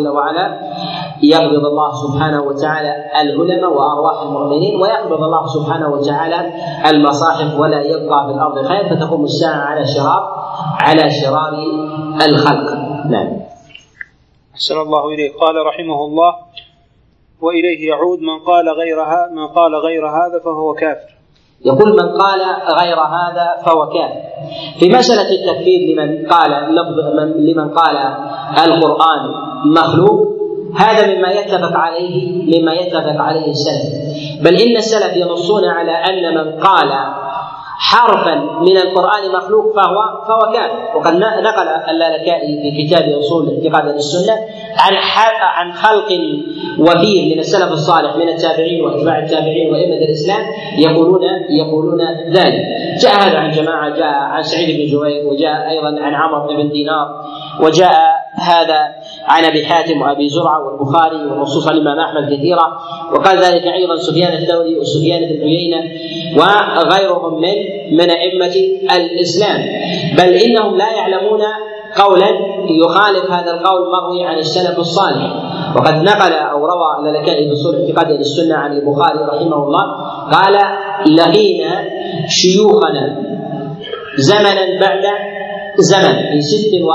[SPEAKER 1] الله سبحانه وتعالى العلماء وأرواح المؤمنين، ويقبض الله سبحانه وتعالى المصاحف، ولا يبقى في الأرض خير، فتقوم الساعة على شرار الخلق. نعم.
[SPEAKER 2] أحسن الله إليه. قال رحمه الله: وإليه يعود من قال غير هذا فهو كافر.
[SPEAKER 1] يقول من قال غير هذا فهو كافر. في مسألة التكفير لمن قال القرآن مخلوق، هذا مما يتفق عليه السلف، بل إن السلف ينصون على أن من قال حرفا من القرآن مخلوق فهو كافر. وقد نقل اللالكائي في كتاب أصول اعتقاد السنة عن خلق وفير من السلف الصالح من التابعين وأتباع التابعين وأئمة الإسلام يقولون ذلك. جاء هذا عن جماعة، جاء عن سعيد بن جبير، وجاء أيضا عن عمرو بن دينار، وجاء هذا عن أبي حاتم وأبي زرعة والبخاري، ونصوص الإمام أحمد كثيرة، وقال ذلك أيضا سفيان الثوري وسفيان بن عيينة وغيرهم من أئمة الإسلام، بل إنهم لا يعلمون قولا يخالف هذا القول مروي عن السلف الصالح. وقد نقل أو روى اللالكائي في أصول اعتقاد السنة عن البخاري رحمه الله قال: لقينا شيوخنا زمنا بعد زمن في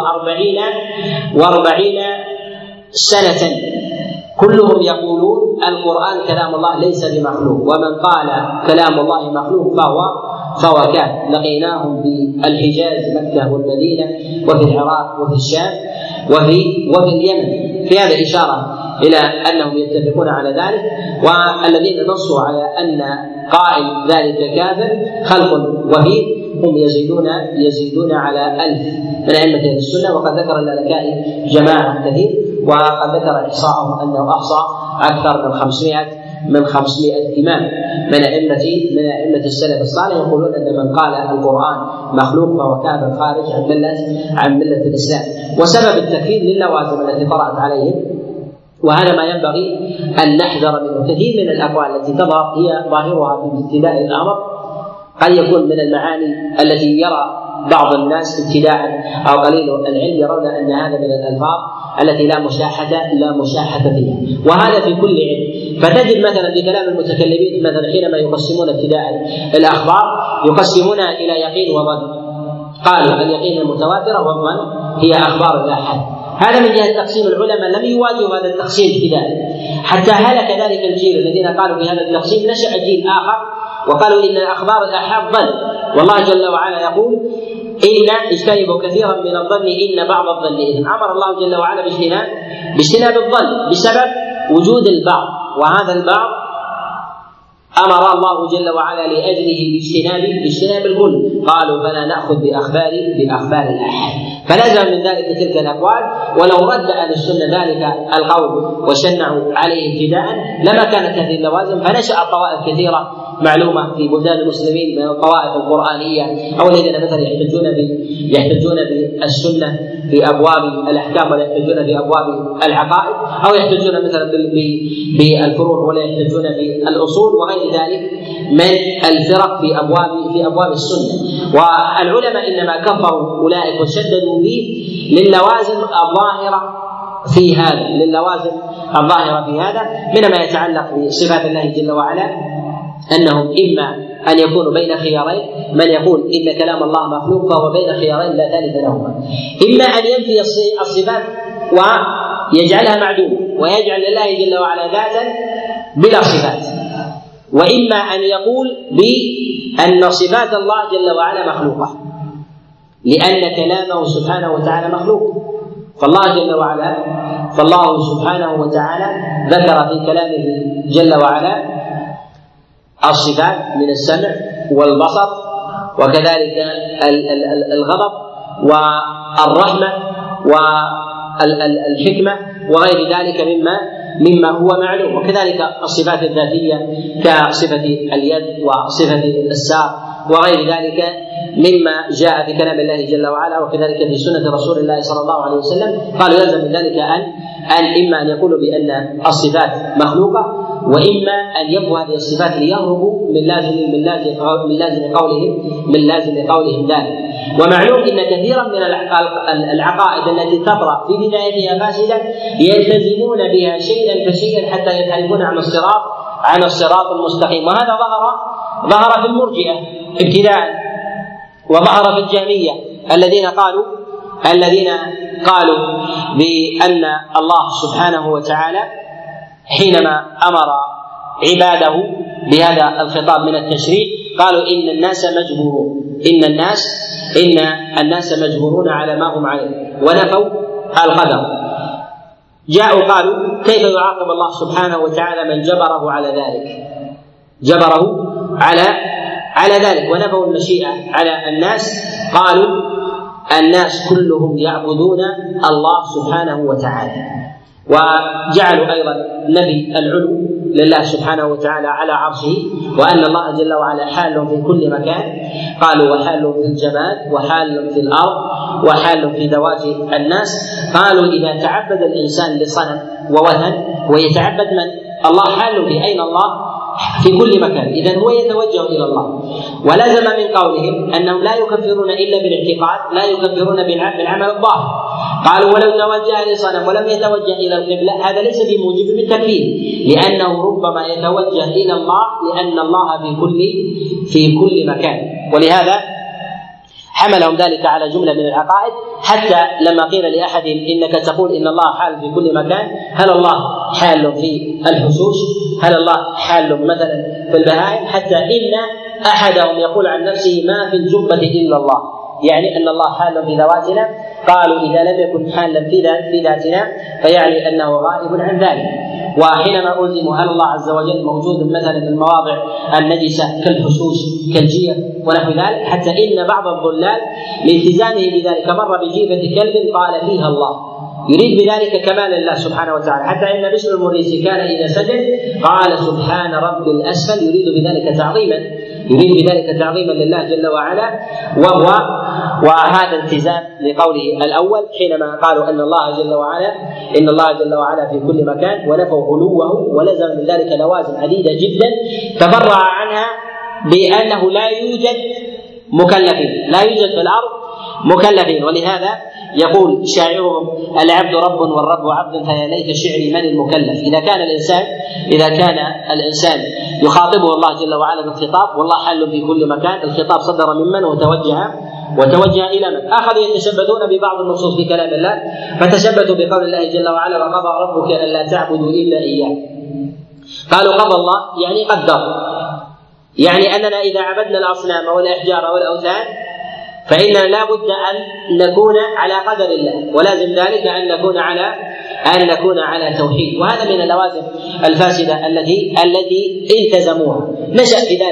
[SPEAKER 1] 46 سنة كلهم يقولون القرآن كلام الله ليس بمخلوق، ومن قال كلام الله مخلوق فهو كافر. لقيناهم في الحجاز مكة والمدينة وفي العراق وفي الشام وفي اليمن. في هذا إشارة إلى أنهم يتفقون على ذلك، والذين نصوا على أن قائل ذلك كافر خلق وهيد هم يزيدون على 1000 من أئمة السنة. وقد ذكر اللالكائي جماعة كثير، وقد ذكر إحصاءهم أنه أحصى أكثر من 500 إمام من أئمة السلف الصالح يقولون أن من قال القرآن مخلوق فهو كافر خارج عن ملة الإسلام. وسبب التكفير للوازم التي طرأت عليهم، وهذا ما ينبغي أن نحذر منه. كثير من الأقوال التي تظهر هي ظاهرها في ابتداء الأمر قد يكون من المعاني التي يرى بعض الناس ابتداء أو قليل العلم يرون أن هذا من الألفاظ التي لا مشاحة فيها، وهذا في كل علم. فتجد مثلا بكلام المتكلمين مثلا حينما يقسمون ابتداء الأخبار يقسمونها إلى يقين وظن. قالوا اليقين المتواتر والظن هي أخبار الآحاد. هذا من جهة تقسيم العلماء لم يواجهوا هذا التقسيم ابتداء، حتى هلك ذلك الجيل الذين قالوا بهذا التقسيم. نشأ جيل آخر وقالوا إن أخبار الآحاد ظن، والله جل وعلا يقول إن اجتنبوا كثيرا من الظن إن بعض الظن إثم. أمر الله جل وعلا باجتناب الظن بسبب وجود البعض، وهذا البعض أمر الله جل وعلا لأجله باجتناب الكل. قالوا فلا نأخذ بأخبار الآحاد، فلزم من ذلك تلك الأقوال. ولو رد أهل السنة ذلك القول وشنعوا عليه ابتداء لما كانت هذه اللوازم، فنشأت طوائف كثيرة معلومة في بلدان المسلمين من الطوائف القرآنية أو الذين مثلا يحتجون بالسنة في أبواب الأحكام ولا يحتجون في أبواب العقائد، أو يحتجون مثلا بالفروع ولا يحتجون بالأصول وغير ذلك من الفرق في أبواب السنة. والعلماء إنما كفروا أولئك وشددوا فيه للوازم الظاهرة في هذا من ما يتعلق بصفات الله جل وعلا، أنهم إما أن يكونوا بين خيارين، من يقول إن كلام الله مخلوق فهو بين خيارين لا ثالث لهما، إما أن ينفي الصفات ويجعلها معدومة ويجعل لله جل وعلا ذاتا بلا صفات، وإما أن يقول بأن صفات الله جل وعلا مخلوقة لأن كلامه سبحانه وتعالى مخلوق. فالله سبحانه وتعالى ذكر في كلامه جل وعلا الصفات من السمع والبصر وكذلك الغضب والرحمة والحكمة وغير ذلك مما هو معلوم، وكذلك الصفات الذاتية كصفة اليد وصفة الساق وغير ذلك مما جاء في كلام الله جل وعلا وكذلك في سنة رسول الله صلى الله عليه وسلم. قالوا يلزم من ذلك أن إما أن يقولوا بأن الصفات مخلوقة، وإما أن يبقوا هذه الصفات ليهربوا من لازم قولهم ذلك. ومعلوم أن كثيرا من العقائد التي تطرأ في بدايتها فاسدة يلتزمون بها شيئا فشيئا حتى ينحرفون عن الصراط المستقيم، وهذا ظهر في المرجئة ابتداء، وظهر في الجهمية الذين قالوا بأن الله سبحانه وتعالى حينما أمر عباده بهذا الخطاب من التشريع قالوا إن الناس مجبورون على ما هم عليه ونفوا القدر. جاءوا قالوا كيف يعاقب الله سبحانه وتعالى من جبره على ذلك ونفوا المشيئة على الناس. قالوا الناس كلهم يعبدون الله سبحانه وتعالى، وجعلوا أيضا نفي العلو لله سبحانه وتعالى على عرشه، وأن الله جل وعلا حال في كل مكان. قالوا وحال في الجماد وحال في الأرض وحال في ذوات الناس. قالوا إذا تعبد الإنسان لصنم ووثن ويتعبد من الله حال في أين الله في كل مكان، إذن هو يتوجه إلى الله. ولزم من قولهم أنهم لا يكفرون إلا بالاعتقاد، لا يكفرون بالعمل الظاهر. قالوا ولو توجه لصنم ولم يتوجه إلى القبلة هذا ليس بموجب التكفير، لأنه ربما يتوجه إلى الله لأن الله في كل مكان. ولهذا حملهم ذلك على جملة من العقائد، حتى لما قيل لأحدهم إنك تقول إن الله حال في كل مكان، هل الله حال في الحشوش؟ هل الله حال مثلا في البهائم؟ حتى إن أحدهم يقول عن نفسه ما في الجبة إلا الله، يعني أن الله حال في ذواتنا. قالوا إذا لم يكن حالا في ذاتنا فيعني أنه غائب عن ذلك. وحينما ألزموا هل الله عز وجل موجود مثلا في المواضع النجسة كالحشوش كالجيف ونحو ذلك، حتى إن بعض الضلال لالتزامه بذلك مر بجيفة كلب قال فيها الله، يريد بذلك كمال الله سبحانه وتعالى. حتى إن بشر المريسي كان إذا سجد قال سبحان رب الأسفل، يريد بذلك تعظيما لله جل وعلا. وهذا التزام لقوله الأول حينما قالوا أن الله جل وعلا في كل مكان ونفوا علوه، ولزم من ذلك لوازم عديدة جدا تفرع عنها بأنه لا يوجد في الأرض مكلفين. ولهذا يقول شاعرهم العبد رب والرب عبد فيا ليت شعري من المكلف. إذا كان الإنسان يخاطبه الله جل وعلا بالخطاب والله حل في كل مكان، الخطاب صدر ممن وتوجه إلى من؟ أخذوا يتشبثون ببعض النصوص في كلام الله، فتشبثوا بقول الله جل وعلا وقضى ربك ألا تعبدوا إلا إياه. قالوا قضى الله يعني قدر، يعني أننا إذا عبدنا الأصنام والأحجار والأوثان فإننا لا بد أن نكون على قدر الله، ولازم ذلك أن نكون على توحيد. وهذا من اللوازم الفاسدة التي التزموها. نشأ في ذلك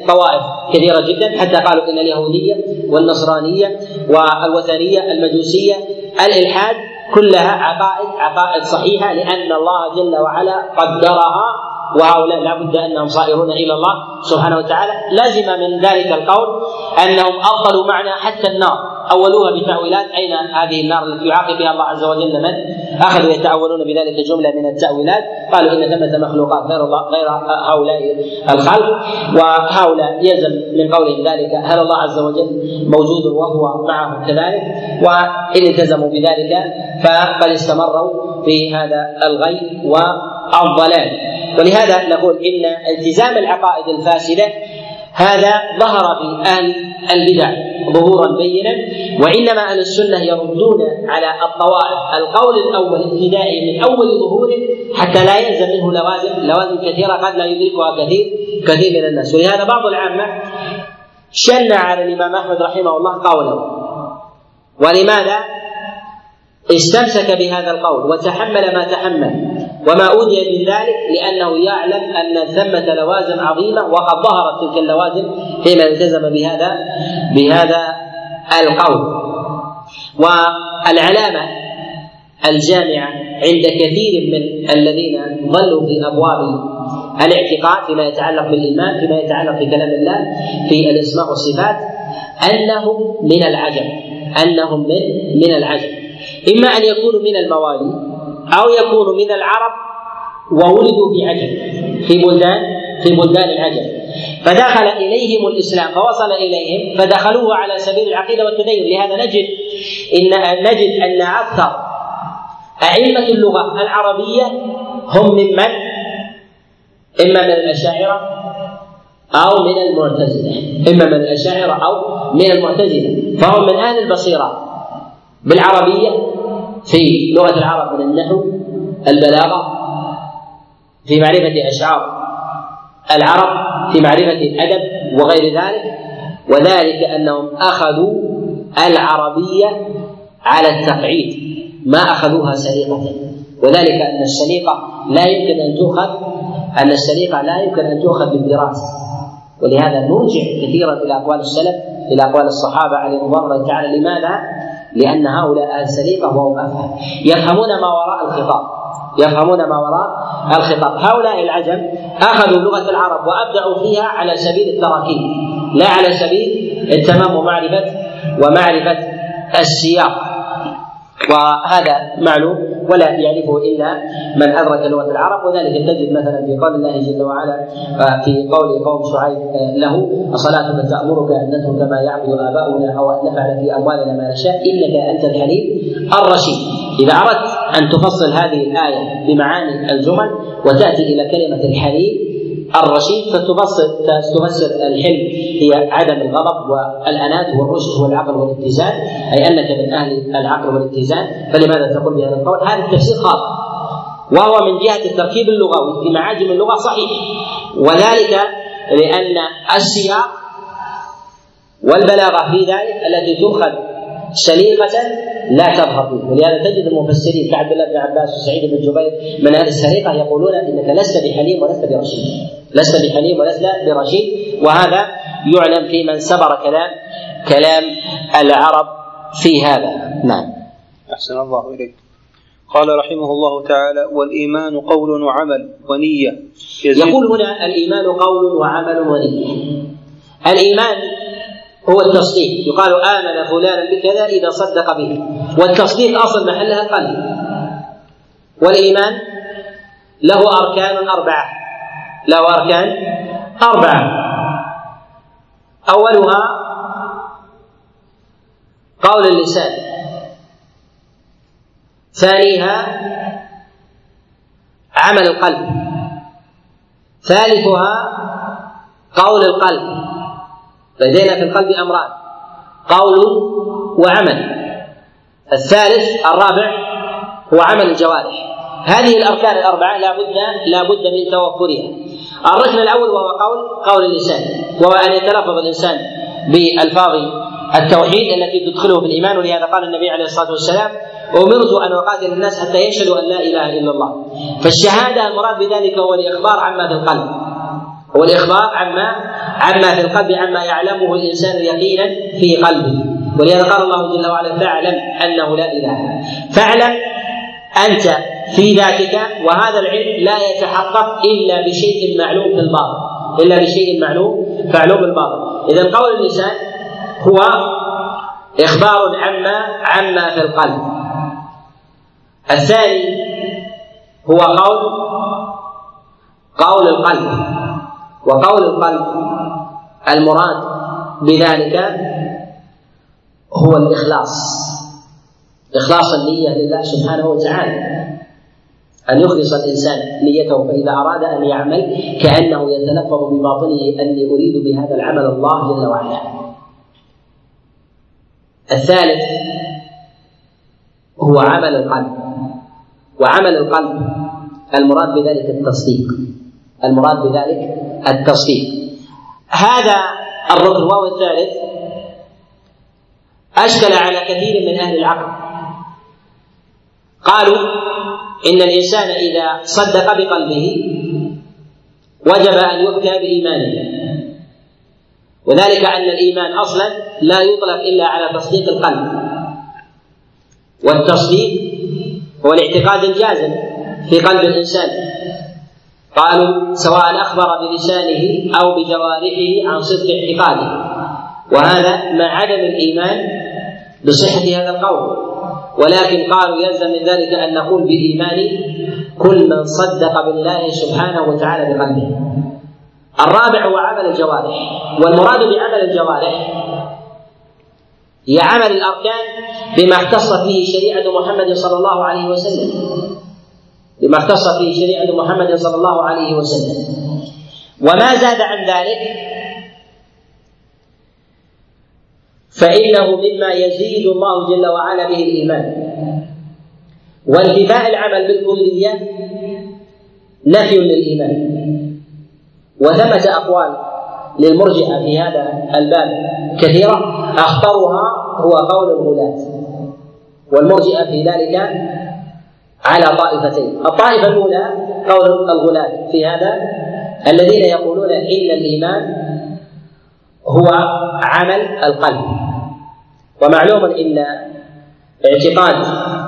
[SPEAKER 1] طوائف كثيرة جدا، حتى قالوا إن اليهودية والنصرانية والوثنية المجوسية الإلحاد كلها عقائد صحيحة، لأن الله جل وعلا قدرها، وهؤلاء لا بد أنهم صائرون إلى الله سبحانه وتعالى. لازم من ذلك القول أنهم أبطلوا معنى حتى النار، أولوها بتأويلات. أين هذه النار التي يعاقب بها الله عز وجل من أخذوا يتأولون بذلك جملة من التأويلات؟ قالوا إن ثمة مخلوقات غير هؤلاء الخلق، وهؤلاء يلزم من قولهم ذلك هل الله عز وجل موجود وهو معه كذلك؟ وإن التزموا بذلك فقد استمروا في هذا الغي والضلال. ولهذا نقول إن التزام العقائد الفاسدة هذا ظهر في أهل البدع ظهورا بينا، وإنما أهل السنة يردون على الطوائف القول الأول ابتدائي من أول ظهوره حتى لا يلزم منه لوازم كثيرة قد لا يدركها كثير من الناس. ولهذا بعض العامة شن على الإمام أحمد رحمه الله قوله. ولماذا استمسك بهذا القول وتحمل ما تحمل وما أوذي من ذلك؟ لأنه يعلم أن ثمة لوازم عظيمة، وقد ظهرت تلك اللوازم حين التزم بهذا القول. والعلامة الجامعة عند كثير من الذين ظلوا في أبواب الاعتقاد فيما يتعلق بالإيمان، فيما يتعلق بكلام الله في الأسماء والصفات، أنهم من العجم، إما أن يكونوا من الموالي أو يكونوا من العرب وولدوا في عجم، في بلدان العجم، فدخل إليهم الإسلام فوصل إليهم فدخلوه على سبيل العقيدة والتدين. لهذا نجد أن أكثر أئمة اللغة العربية هم ممن إما من الأشاعرة أو من المعتزلة، فهم من أهل البصيرة بالعربية في لغة العرب، من النحو، البلاغة، في معرفة أشعار العرب، في معرفة الأدب وغير ذلك. وذلك أنهم أخذوا العربية على التقعيد، ما أخذوها سليقة، وذلك أن السليقة لا يمكن أن تؤخذ بالدراسة. ولهذا نرجع كثيرا إلى أقوال السلف، إلى أقوال الصحابة عليهم رضوان الله تعالى. لماذا؟ لأن هؤلاء أهل سليقة وهم أفهم، يفهمون ما وراء الخطاب. هؤلاء العجم أخذوا لغة العرب وأبدعوا فيها على سبيل التراكيب، لا على سبيل التمام ومعرفة السياق، وهذا معلوم ولا يعرفه إلا من أدرك لغة العرب. وذلك تجد مثلا في قول الله جل وعلا في قول قوم شعيب له: أصلاتك تأمرك أن نترك ما يعبد آباؤنا أو أن نفعل في أموالنا ما نشاء إنك أنت الحليم الرشيد. إذا أردت أن تفصل هذه الآية بمعاني الجمل وتأتي إلى كلمة الحليم الرشيد فتفسر الحلم هي عدم الغضب والأنات والرشد والعقل والاتزان، أي أنك من أهل العقل والاتزان، فلماذا تقول بهذا القول؟ هذا التفسير خاطئ، وهو من جهة التركيب اللغوي في معاجم اللغة صحيح، وذلك لأن السياق والبلاغة في ذلك التي تؤخذ سليقة لا تظهر فيه. ولهذا تجد المفسرين كعبد الله بن عباس وسعيد بن جبير من أهل السليقة يقولون إنك لست بحليم ولست برشيد، وهذا يعلم في من سبر كلام العرب في هذا. نعم.
[SPEAKER 2] أحسن الله إليك. قال رحمه الله تعالى: والإيمان قول وعمل ونية.
[SPEAKER 1] يقول هنا: الإيمان قول وعمل ونية. الإيمان هو التصديق، يقال آمن فلان بكذا إذا صدق به، والتصديق أصل محلها القلب. والإيمان له أركان أربعة، أولها قول اللسان، ثانيها عمل القلب، ثالثها قول القلب. لدينا في القلب أمران: قول وعمل. الثالث الرابع هو عمل الجوارح. هذه الأركان الأربعة لا بد من توفرها. الركن الأول وهو قول اللسان، وهو أن يتلفظ الإنسان بألفاظ التوحيد التي تدخله في الإيمان. ولهذا قال النبي عليه الصلاة والسلام: أمرت أن أقاتل الناس حتى يشهدوا أن لا إله إلا الله. فالشهادة المراد بذلك هو الإخبار عما في القلب، هو الإخبار عما عما في القلب عما يعلمه الإنسان يقينا في قلبه. ولهذا قال الله جل وعلا: فاعلم أنه لا إله. فاعلم أنت في ذاتك، وهذا العلم لا يتحقق إلا بشيء معلوم في الباطن، إلا بشيء معلوم بالباطن. إذن قول اللسان هو إخبار عما في القلب. الثاني هو قول القلب، وقول القلب المراد بذلك هو الإخلاص، إخلاص النية لله سبحانه وتعالى، أن يخلص الإنسان نيته، فإذا أراد أن يعمل كأنه يتلفظ بباطنه أني أريد بهذا العمل الله جل وعلا. الثالث هو عمل القلب، وعمل القلب المراد بذلك التصديق. هذا الركن وهو الثالث أشكل على كثير من أهل العقل. قالوا إن الإنسان إذا صدق بقلبه وجب أن يحكى بإيمانه، وذلك أن الإيمان أصلا لا يطلق إلا على تصديق القلب، والتصديق هو الاعتقاد الجازم في قلب الإنسان. قالوا سواء أخبر بلسانه أو بجوارحه عن صدق اعتقاده، وهذا مع عدم الإيمان بصحة هذا القول. ولكن قالوا يلزم من ذلك أن نقول بإيمان كل من صدق بالله سبحانه وتعالى بقلبه. الرابع هو عمل الجوارح، والمراد بعمل الجوارح هي عمل الأركان بما اختص فيه شريعة محمد صلى الله عليه وسلم، بما اختص فيه شريعة محمد صلى الله عليه وسلم. وما زاد عن ذلك فإنه مما يزيد الله جل وعلا به الإيمان. وانتفاء العمل بالكلية نفي للإيمان. وثمة أقوال للمرجئة في هذا الباب كثيرة، أخطرها هو قول الغلاة، والمرجئة في ذلك على طائفتين. الطائفة الأولى قول الغلاة في هذا، الذين يقولون إن الإيمان هو عمل القلب، ومعلوم إن اعتقاد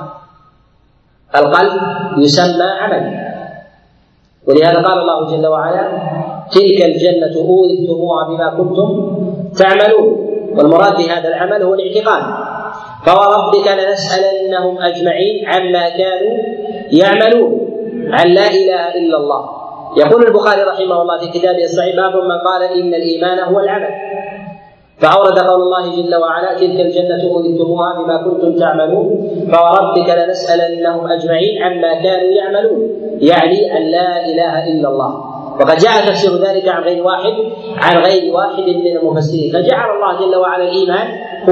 [SPEAKER 1] القلب يسمى عمل. ولهذا قال الله جل وعلا: تلك الجنة أورثتموها بما كنتم تعملون. والمراد بهذا العمل هو الاعتقاد. فوربك لنسألنهم أجمعين عما كانوا يعملون، عن لا إله إلا الله. يقول البخاري رحمه الله في كتابه الصحيح: باب من قال إن الإيمان هو العمل، فأورد قول الله جل وعلا: تلك الجنة أورثتموها بما كنتم تعملون فوربك لنسألنهم أجمعين عما كانوا يعملون، يعني أن لا إله إلا الله. وقد جاء تفسير ذلك عن غير واحد من المفسرين. فجعل الله جل وعلا الإيمان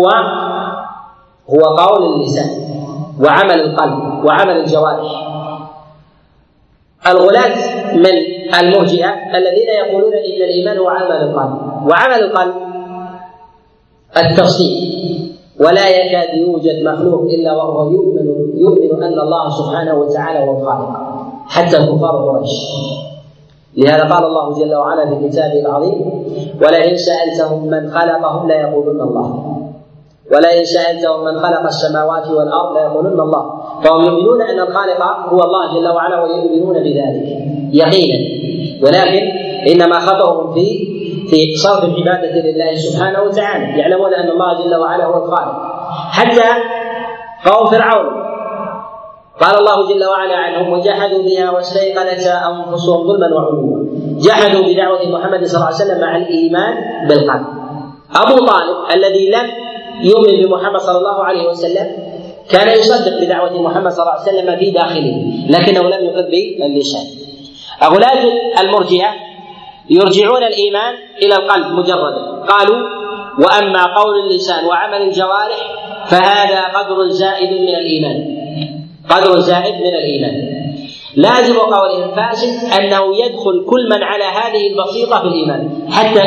[SPEAKER 1] هو قول اللسان وعمل القلب وعمل الجوارح. الغلاة من المرجئة الذين يقولون إن الإيمان هو عمل القلب، وعمل القلب التصديق، ولا يكاد يوجد مخلوق إلا وهو يؤمن أن الله سبحانه وتعالى هو الخالق، حتى كفار قريش. لهذا قال الله جل وعلا في كتابه العظيم: ولئن سألتهم من خلقهم ليقولن الله، ولئن سألتهم من خلق السماوات والأرض ليقولن الله. فهم يؤمنون أن الخالق هو الله جل وعلا ويؤمنون بذلك يقينا، ولكن إنما خطأهم في صرف العبادة لله سبحانه وتعالى. يعلمون أن الله جل وعلا هو الخالق. حتى قوم فرعون قال الله جل وعلا عنهم: وجحدوا بها واستيقنتها أنفسهم ظلما وعلوا. جحدوا بدعوة محمد صلى الله عليه وسلم مع الإيمان بالقلب. أبو طالب الذي لم يؤمن بمحمد صلى الله عليه وسلم كان يصدق بدعوة محمد صلى الله عليه وسلم في داخله، لكنه لم يقر باللسان. غلاة المرجئة يرجعون الإيمان إلى القلب مجردا. قالوا: وأما قول اللسان وعمل الجوارح فهذا قدر زائد من الإيمان، قدر زائد من الإيمان. لازم قولهم فاسد أنه يدخل كل من على هذه البسيطة في الإيمان، حتى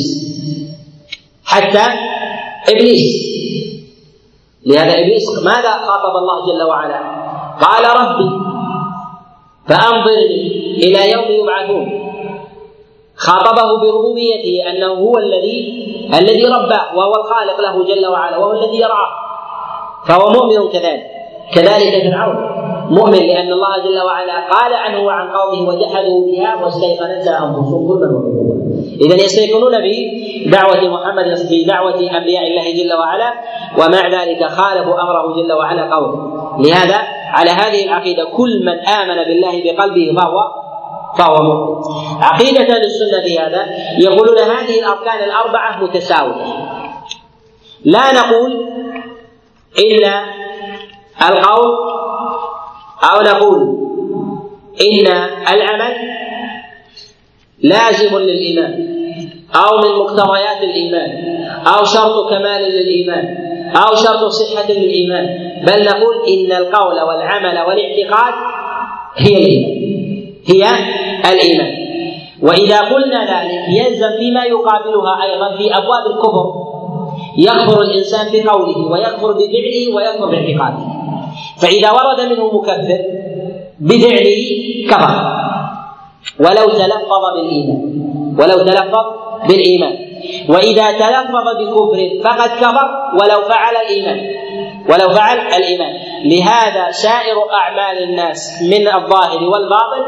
[SPEAKER 1] إبليس. لهذا إبليس ماذا خاطب الله جل وعلا؟ قال: ربي فأنظرني إلى يوم يبعثون. خاطبه بربوبيته أنه هو الذي رباه وهو الخالق له جل وعلا وهو الذي يرعاه، فهو مؤمن كذلك فرعون مؤمن لأن الله جل وعلا قال عنه وعن قومه وجحدوا بها واستيقنتها أنفسهم ظلما وعلوا. إذن يستيقنون بدعوة محمد بدعوة أنبياء الله جل وعلا، ومع ذلك خالفوا أمره جل وعلا قوله. لهذا على هذه العقيدة كل من آمن بالله بقلبه فهو مؤمن. عقيدة أهل السنة في هذا يقولون هذه الأركان الأربعة متساوية، لا نقول إن القول أو نقول إن العمل لازم للإيمان أو من مقتضيات الإيمان أو شرط كمال للإيمان أو شرط صحة للإيمان، بل نقول إن القول والعمل والاعتقاد هي الإيمان. وإذا قلنا ذلك يلزم فيما يقابلها أيضا في أبواب الكفر، يكفر الإنسان بقوله ويكفر بفعله ويكفر باعتقاده، فإذا ورد منه مكفر بفعله كفر ولو تلفظ بالإيمان، وإذا تلفظ بكفر فقد كفر ولو فعل الإيمان. لهذا سائر أعمال الناس من الظاهر والباطن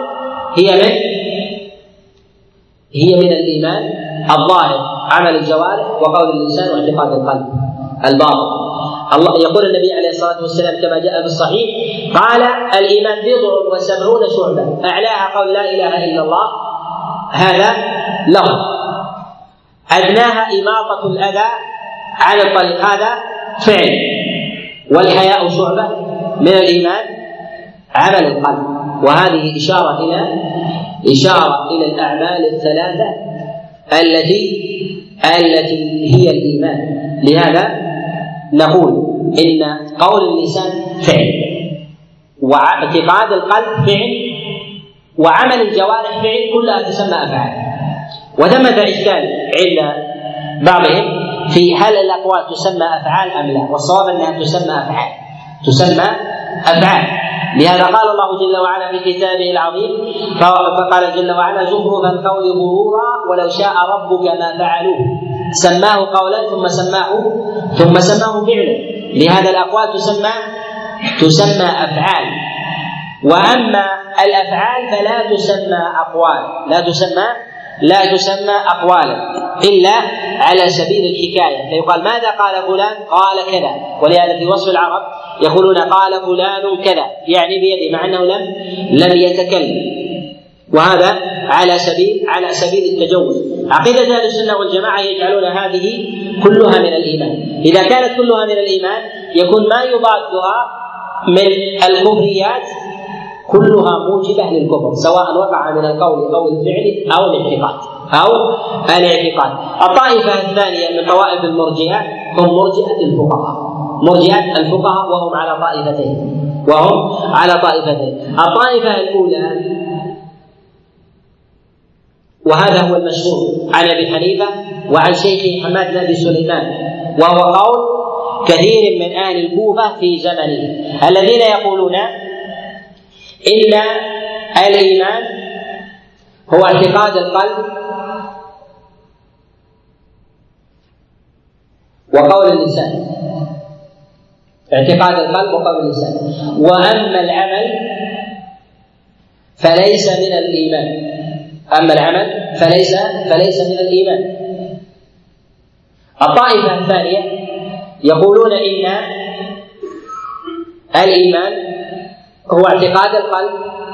[SPEAKER 1] هي من الإيمان الظاهر، عمل الجوارح وقول اللسان واعتقاد القلب. الباطن الله يقول النبي عليه الصلاة والسلام كما جاء في الصحيح قال الإيمان 70 شعبة أعلاها قول لا إله إلا الله، هذا لفظ، أدناها إماطة الأذى عن الطريق، هذا فعل، والحياء شعبة من الإيمان عمل القلب. وهذه إشارة إلى الأعمال الثلاثة التي هي الإيمان. لهذا نقول إن قول اللسان فعل، واعتقاد القلب فعل، وعمل الجوارح فعل، كلها تسمى أفعال. وثمة إشكال عند بعضهم في هل الأقوال تسمى أفعال أم لا، والصواب أنها تسمى أفعال. لهذا قال الله جل وعلا في كتابه العظيم، فقال جل وعلا زخرف القول غرورا ولو شاء ربك ما فعلوه، سماه قولا ثم سماه فعلا. لهذا الأقوال تسمى أفعال، وأما الأفعال فلا تسمى أقوال، لا تسمى أقوالا إلا على سبيل الحكاية، فيقال ماذا قال فلان؟ قال كذا. ولهذا في وصف العرب يقولون قال فلان كذا، يعني بيده، مع أنه لم يتكلم، وهذا على سبيل التجوز. عقيدة أهل السنة والجماعة يجعلون هذه كلها من الإيمان. إذا كانت كلها من الإيمان يكون ما يضادها من الكفريات كلها موجبة للكفر، سواء وقع من القول أو الفعل أو الاعتقاد. الطائفة الثانية من طوائف المرجئة هم مرجئة الفقهاء وهم على طائفتين. الطائفة الأولى، وهذا هو المشهور عن أبي حنيفة وعن شيخه حماد بن أبي سليمان، وهو قول كثير من أهل الكوفة في زمنه، الذين يقولون إن الإيمان هو اعتقاد القلب وقول اللسان، اعتقاد القلب وقول اللسان، وأما العمل فليس من الإيمان، فليس من الإيمان. الطائفة الثانية يقولون إن الإيمان هو اعتقاد القلب،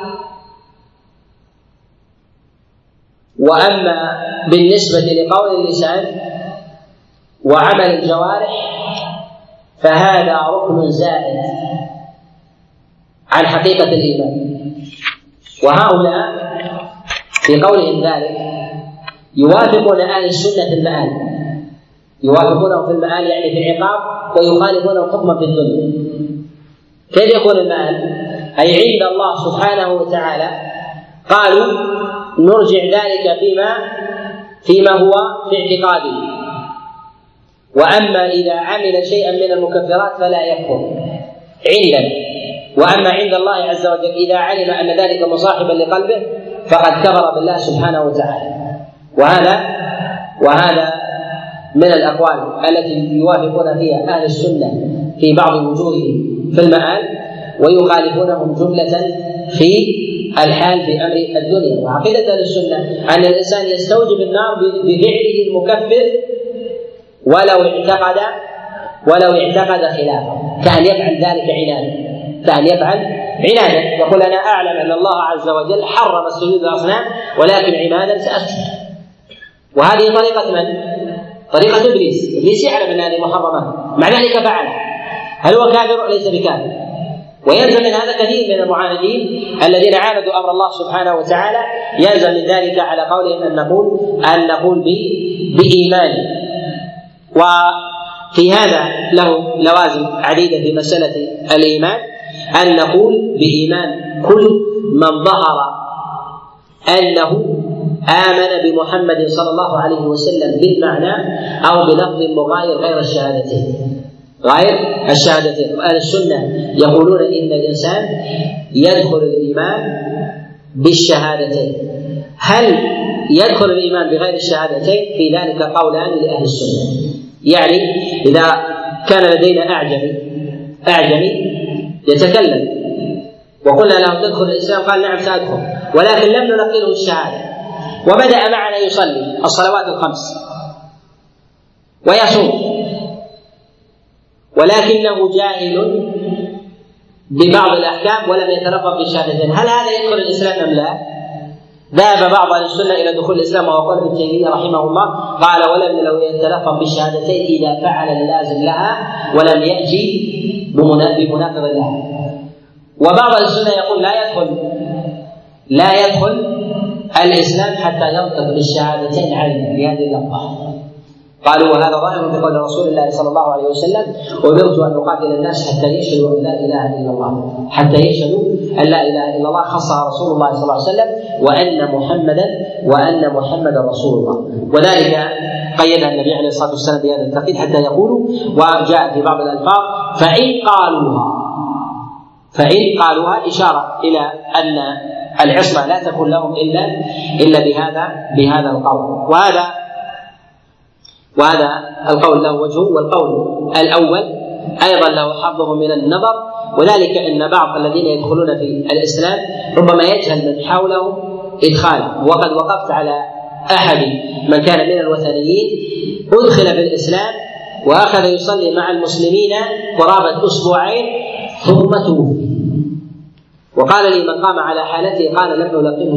[SPEAKER 1] وأما بالنسبة لقول اللسان وعمل الجوارح فهذا ركن زائد عن حقيقة الإيمان. وهؤلاء في قولهم ذلك يوافقون أهل السنة في المآل، يوافقونهم في المآل يعني في العقاب، ويخالفونهم حكما في الدنيا. كيف يكون المآل؟ أي عند الله سبحانه وتعالى قالوا نرجع ذلك فيما هو في اعتقاده، وأما إذا عمل شيئا من المكفرات فلا يكفر عندنا، وأما عند الله عز وجل إذا علم أن ذلك مصاحبا لقلبه فقد كفر بالله سبحانه وتعالى. وهذا من الأقوال التي يوافقون فيها أهل السنة في بعض وجوههم في المآل، ويخالفونهم جملة في الحال في أمر الدنيا. وعقيدة أهل السنة أن الإنسان يستوجب النار بفعله المكفر ولو اعتقد خلافه، كأن يفعل ذلك عنادا، يقول أنا أعلم أن الله عز وجل حرم السجود للأصنام ولكن عنادا سأسجد. وهذه طريقة من؟ طريقة إبليس يعلم أن هذه محرمات مع ذلك فعلها. هل هو كافر؟ ليس بكافر. ويلزم من هذا كثير من المعاندين الذين عاندوا أمر الله سبحانه وتعالى، يلزم من ذلك على قولهم أن نقول بإيمان. وفي هذا له لوازم عديدة في مسألة الإيمان، أن نقول بإيمان كل من ظهر أنه آمن بمحمد صلى الله عليه وسلم بالمعنى أو بلفظ مغاير غير الشهادتين. وأهل السنة يقولون إن الإنسان يدخل الإيمان بالشهادتين. هل يدخل الإيمان بغير الشهادتين؟ في ذلك قولان لأهل السنة. يعني إذا كان لدينا أعجمي يتكلم وقلنا له تدخل الإسلام قال نعم سأدخل، ولكن لم ننقله الشهادة وبدأ معنا يصلي الصلوات الخمس ويصوم، ولكنه جاهل ببعض الأحكام ولم يتلفظ بالشهادتين، هل هذا يدخل الإسلام أم لا؟ ذهب بعض أهل السنة إلى دخول الإسلام، وقال ابن تيمية رحمه الله قال ولم لو يتلفظ بالشهادتين إذا فعل اللازم لها ولم يأتي بمناقض لها. وبعض أهل السنة يقول لا يدخل الإسلام حتى ينطق بالشهادتين عينا بهذه اللفظة. قالوا وهذا ظاهر في قول رسول الله صلى الله عليه وسلم أمرت أن أقاتل الناس حتى يشهدوا أن لا إله إلا الله، حتى يشهدوا أن لا إله إلا الله، خصها رسول الله صلى الله عليه وسلم وأن محمدا رسول الله. وذلك قيدها النبي عليه الصلاة والسلام بهذا التقييد حتى يقولوا، وجاء في بعض الألفاظ فإن قالوها إشارة إلى أن العصمة لا تكون لهم إلا بهذا القول. وهذا القول له وجهه. والقول الأول أيضا له حظه من النظر، وذلك أن بعض الذين يدخلون في الإسلام ربما يجهل من حوله إدخاله. وقد وقفت على أحد من كان من الوثنيين أدخل في الإسلام وأخذ يصلي مع المسلمين قرابة أسبوعين ثم توفي، وقال لي من قام على حالته قال لم ألقنه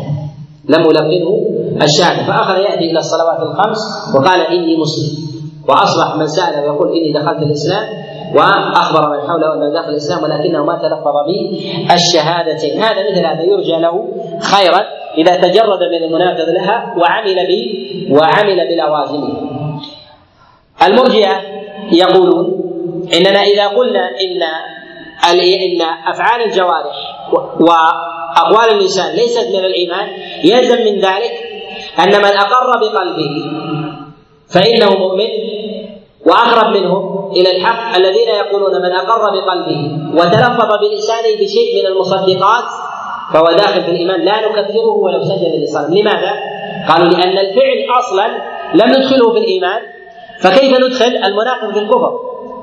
[SPEAKER 1] الشهادة، فأخذ يأتي إلى الصلوات الخمس وقال إني مسلم، وأصبح من سأل ويقول إني دخلت الإسلام وأخبر من حوله أنه دخل الإسلام ولكنه ما تلفظ بالشهادتين. هذا مثل هذا يرجى له خيرا إذا تجرد من المناقض لها وعمل بلوازمه. المرجئة يقولون إننا إذا قلنا إن أفعال الجوارح وأقوال اللسان ليست من الإيمان، يلزم من ذلك أن من أقر بقلبه فإنه مؤمن، وأقرب منهم إلى الحق الذين يقولون من أقر بقلبه وتلفظ بلسانه بشيء من المصدقات فهو داخل في الإيمان لا نكفره ولو سجد لسانه. لماذا؟ قالوا لأن الفعل أصلا لم ندخله في الإيمان، فكيف ندخل المناقض في الكفر؟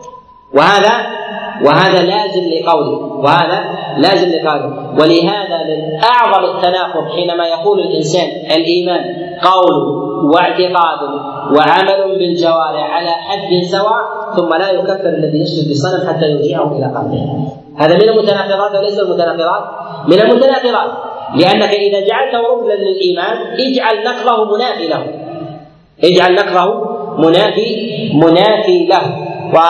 [SPEAKER 1] وهذا لازم لقوله. ولهذا من أعظم التناقض حينما يقول الإنسان الإيمان قول واعتقاد وعمل بالجوارح على حد سواء ثم لا يكفر الذي يسجد بالصنم حتى يرجعه إلى قلبه. هذا من المتناقضات وليس المتناقضات؟ من المتناقضات، لأنك إذا جعلته ركنا للإيمان اجعل نقضه منافي له.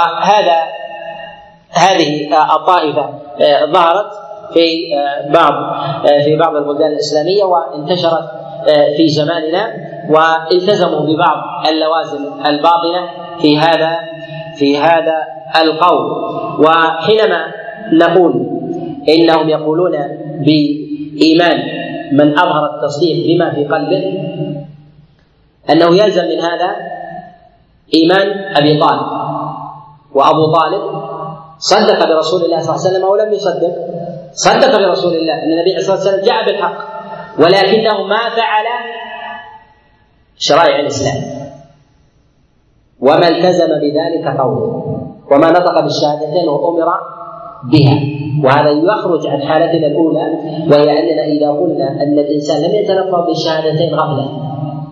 [SPEAKER 1] هذه الطائفة ظهرت في بعض البلدان الإسلامية وانتشرت في زماننا، والتزموا ببعض اللوازم الباطنة في هذا القول. وحينما نقول إنهم يقولون بإيمان من أظهر التصديق بما في قلبه، أنه يلزم من هذا إيمان أبي طالب، وأبو طالب صدق برسول الله صلى الله عليه وسلم أو لم يصدق؟ صدق برسول الله، أن النبي صلى الله عليه وسلم جاء بالحق، ولكنه ما فعل شرائع الإسلام، وما التزم بذلك قوله، وما نطق بالشهادتين وأمر بها. وهذا يخرج عن حالتنا الأولى، وهي أننا إذا قلنا أن الإنسان لم يتلفظ بالشهادتين غفلة،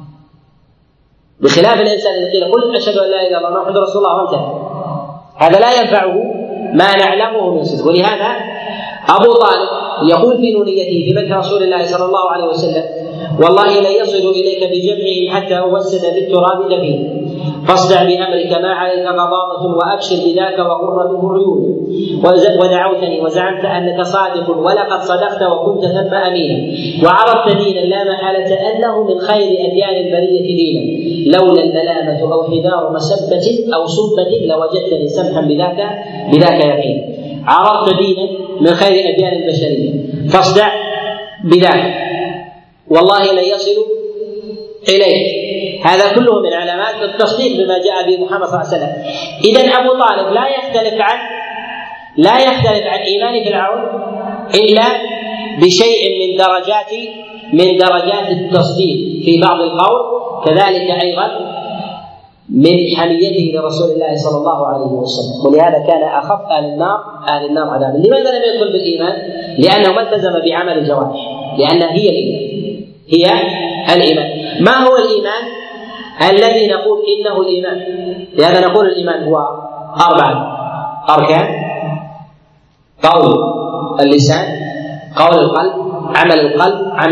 [SPEAKER 1] بخلاف الإنسان الذي قيل قل أشهد أن لا إله إلا الله محمد رسول الله وانتهى، هذا لا ينفعه ما نعلمه من صدق. ولهذا أبو طالب يقول في نونيته في مدح رسول الله صلى الله عليه وسلم: والله لن يصل إليك بجمعهم حتى أوسد بالتراب دفين، فاصدع بأمرك ما عليك غضاضة وأبشر بذاك وقر منه العيون، ودعوتني وزعمت أنك صادق ولقد صدقت وكنت ثم أمينا، وعرفت دينا لا محالة أنه من خير أديان البرية دينا، لولا الملامة أو حذار مسبة أو سبة لوجدتني سمحا بذاك يقين. عرفت دينا من خير أديان البشرية فاصدع بذاك، والله لن يصل إليك. هذا كله من علامات التصديق بما جاء به محمد صلى الله عليه وسلم. إذن أبو طالب لا يختلف عن إيمان فرعون إلا بشيء من درجات التصديق في بعض القول، كذلك أيضا من حميته لرسول الله صلى الله عليه وسلم. ولهذا كان أخف أهل النار عذابا. لماذا لم يدخل بالإيمان؟ لأنه ما التزم بعمل الجوارح، لأنها هي الإيمان. ما هو الإيمان الذي نقول إنه الإيمان؟ لهذا نقول الإيمان هو 4 أركان: قول اللسان، قول القلب، عمل القلب، عمل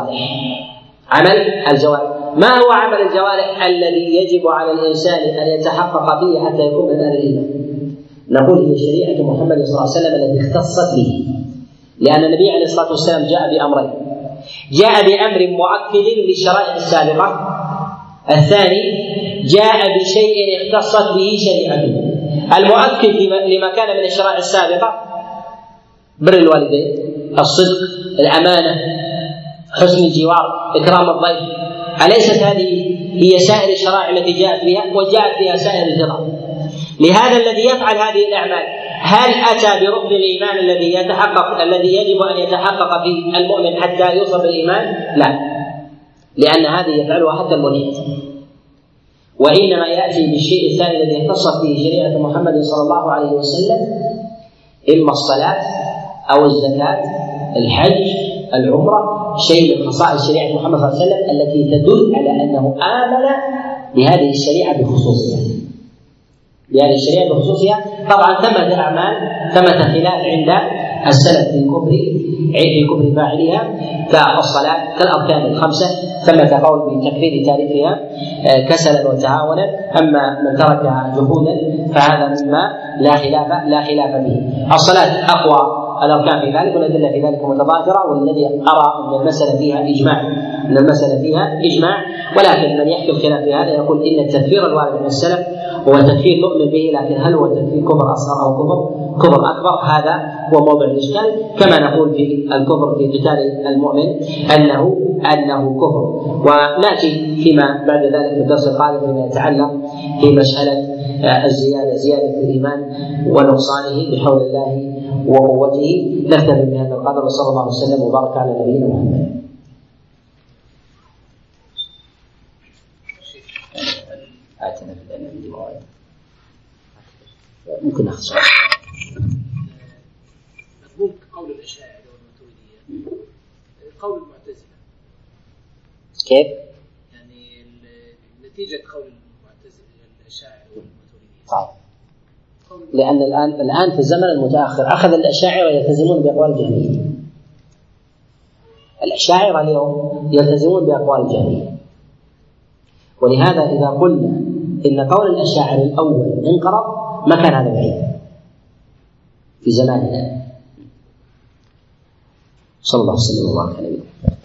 [SPEAKER 1] الجوارح. ما هو عمل الجوارح الذي يجب على الإنسان أن يتحقق فيه حتى يكون من أهل الإيمان؟ نقول هي شريعة محمد صلى الله عليه وسلم التي اختصت به، لأن النبي عليه الصلاة والسلام جاء بأمرين: جاء بأمر مؤكد للشرائع السابقة، الثاني جاء بشيء اختصت به شريعته. المؤكد لما كان من الشرائع السابقة: بر الوالدين، الصدق، الأمانة، حسن الجوار، إكرام الضيف. أليست هذه هي سائر الشرائع التي جاءت بها وجاءت بها سائر الجرائم؟ لهذا الذي يفعل هذه الأعمال هل أتى بركن الإيمان الذي يجب أن يتحقق في المؤمن حتى يوصل بالإيمان؟ لا، لأن هذه يفعلها حتى الملحد. وإنما يأتي بالشيء الثاني الذي اختصت به شريعة محمد صلى الله عليه وسلم، إما الصلاة أو الزكاة، الحج، العمرة، شيء من خصائص شريعة محمد صلى الله عليه وسلم التي تدل على أنه آمن بهذه الشريعة بخصوصها. بهذه الشريعة بخصوصها. طبعا ثمة خلاف عند السلف في كفر فاعلها، فالصلاة كالأركان الخمسة ثمة قول بتكفير تاركها كسلا وتهاونا، أما من تركها جحودا فهذا مما لا خلاف به. الصلاة أقوى الأركان في ذلك، والأدلة في ذلك متضافرة، والذي أرى أن المسألة فيها إجماع، ولكن من يحكي الخلاف في هذا يقول إن التكفير الوارد عن السلف هو تكفير تؤمن به، لكن هل هو تكفير كفر أصغر أو كفر أكبر؟ هذا هو موضع الإشكال. كما نقول في الكفر في قتال المؤمن أنه كفر. ونأتي فيما بعد ذلك في الدرس القادم فيما يتعلق في مسألة زيادة الإيمان ونقصانه بحول الله وقوته. نختم بهذا القدر، وصلى الله وسلم وبارك على نبينا محمد. آتنا في العلم والموعظة. ممكن ناخذ سؤال.
[SPEAKER 3] مضمون قول الأشاعرة والماتريدية قول المعتزلة
[SPEAKER 1] كيف؟
[SPEAKER 3] يعني نتيجة قول المعتزلة الأشاعرة والماتريدية.
[SPEAKER 1] طيب. لأن الآن في الزمن المتأخر أخذ الأشاعرة يلتزمون بأقوال الجهمية. الأشاعرة اليوم يلتزمون بأقوال الجهمية، ولهذا إذا قلنا إن قول الأشاعرة الأول انقرض ما كان هذا بعيد في زماننا. صلى الله عليه وسلم وبارك عليه.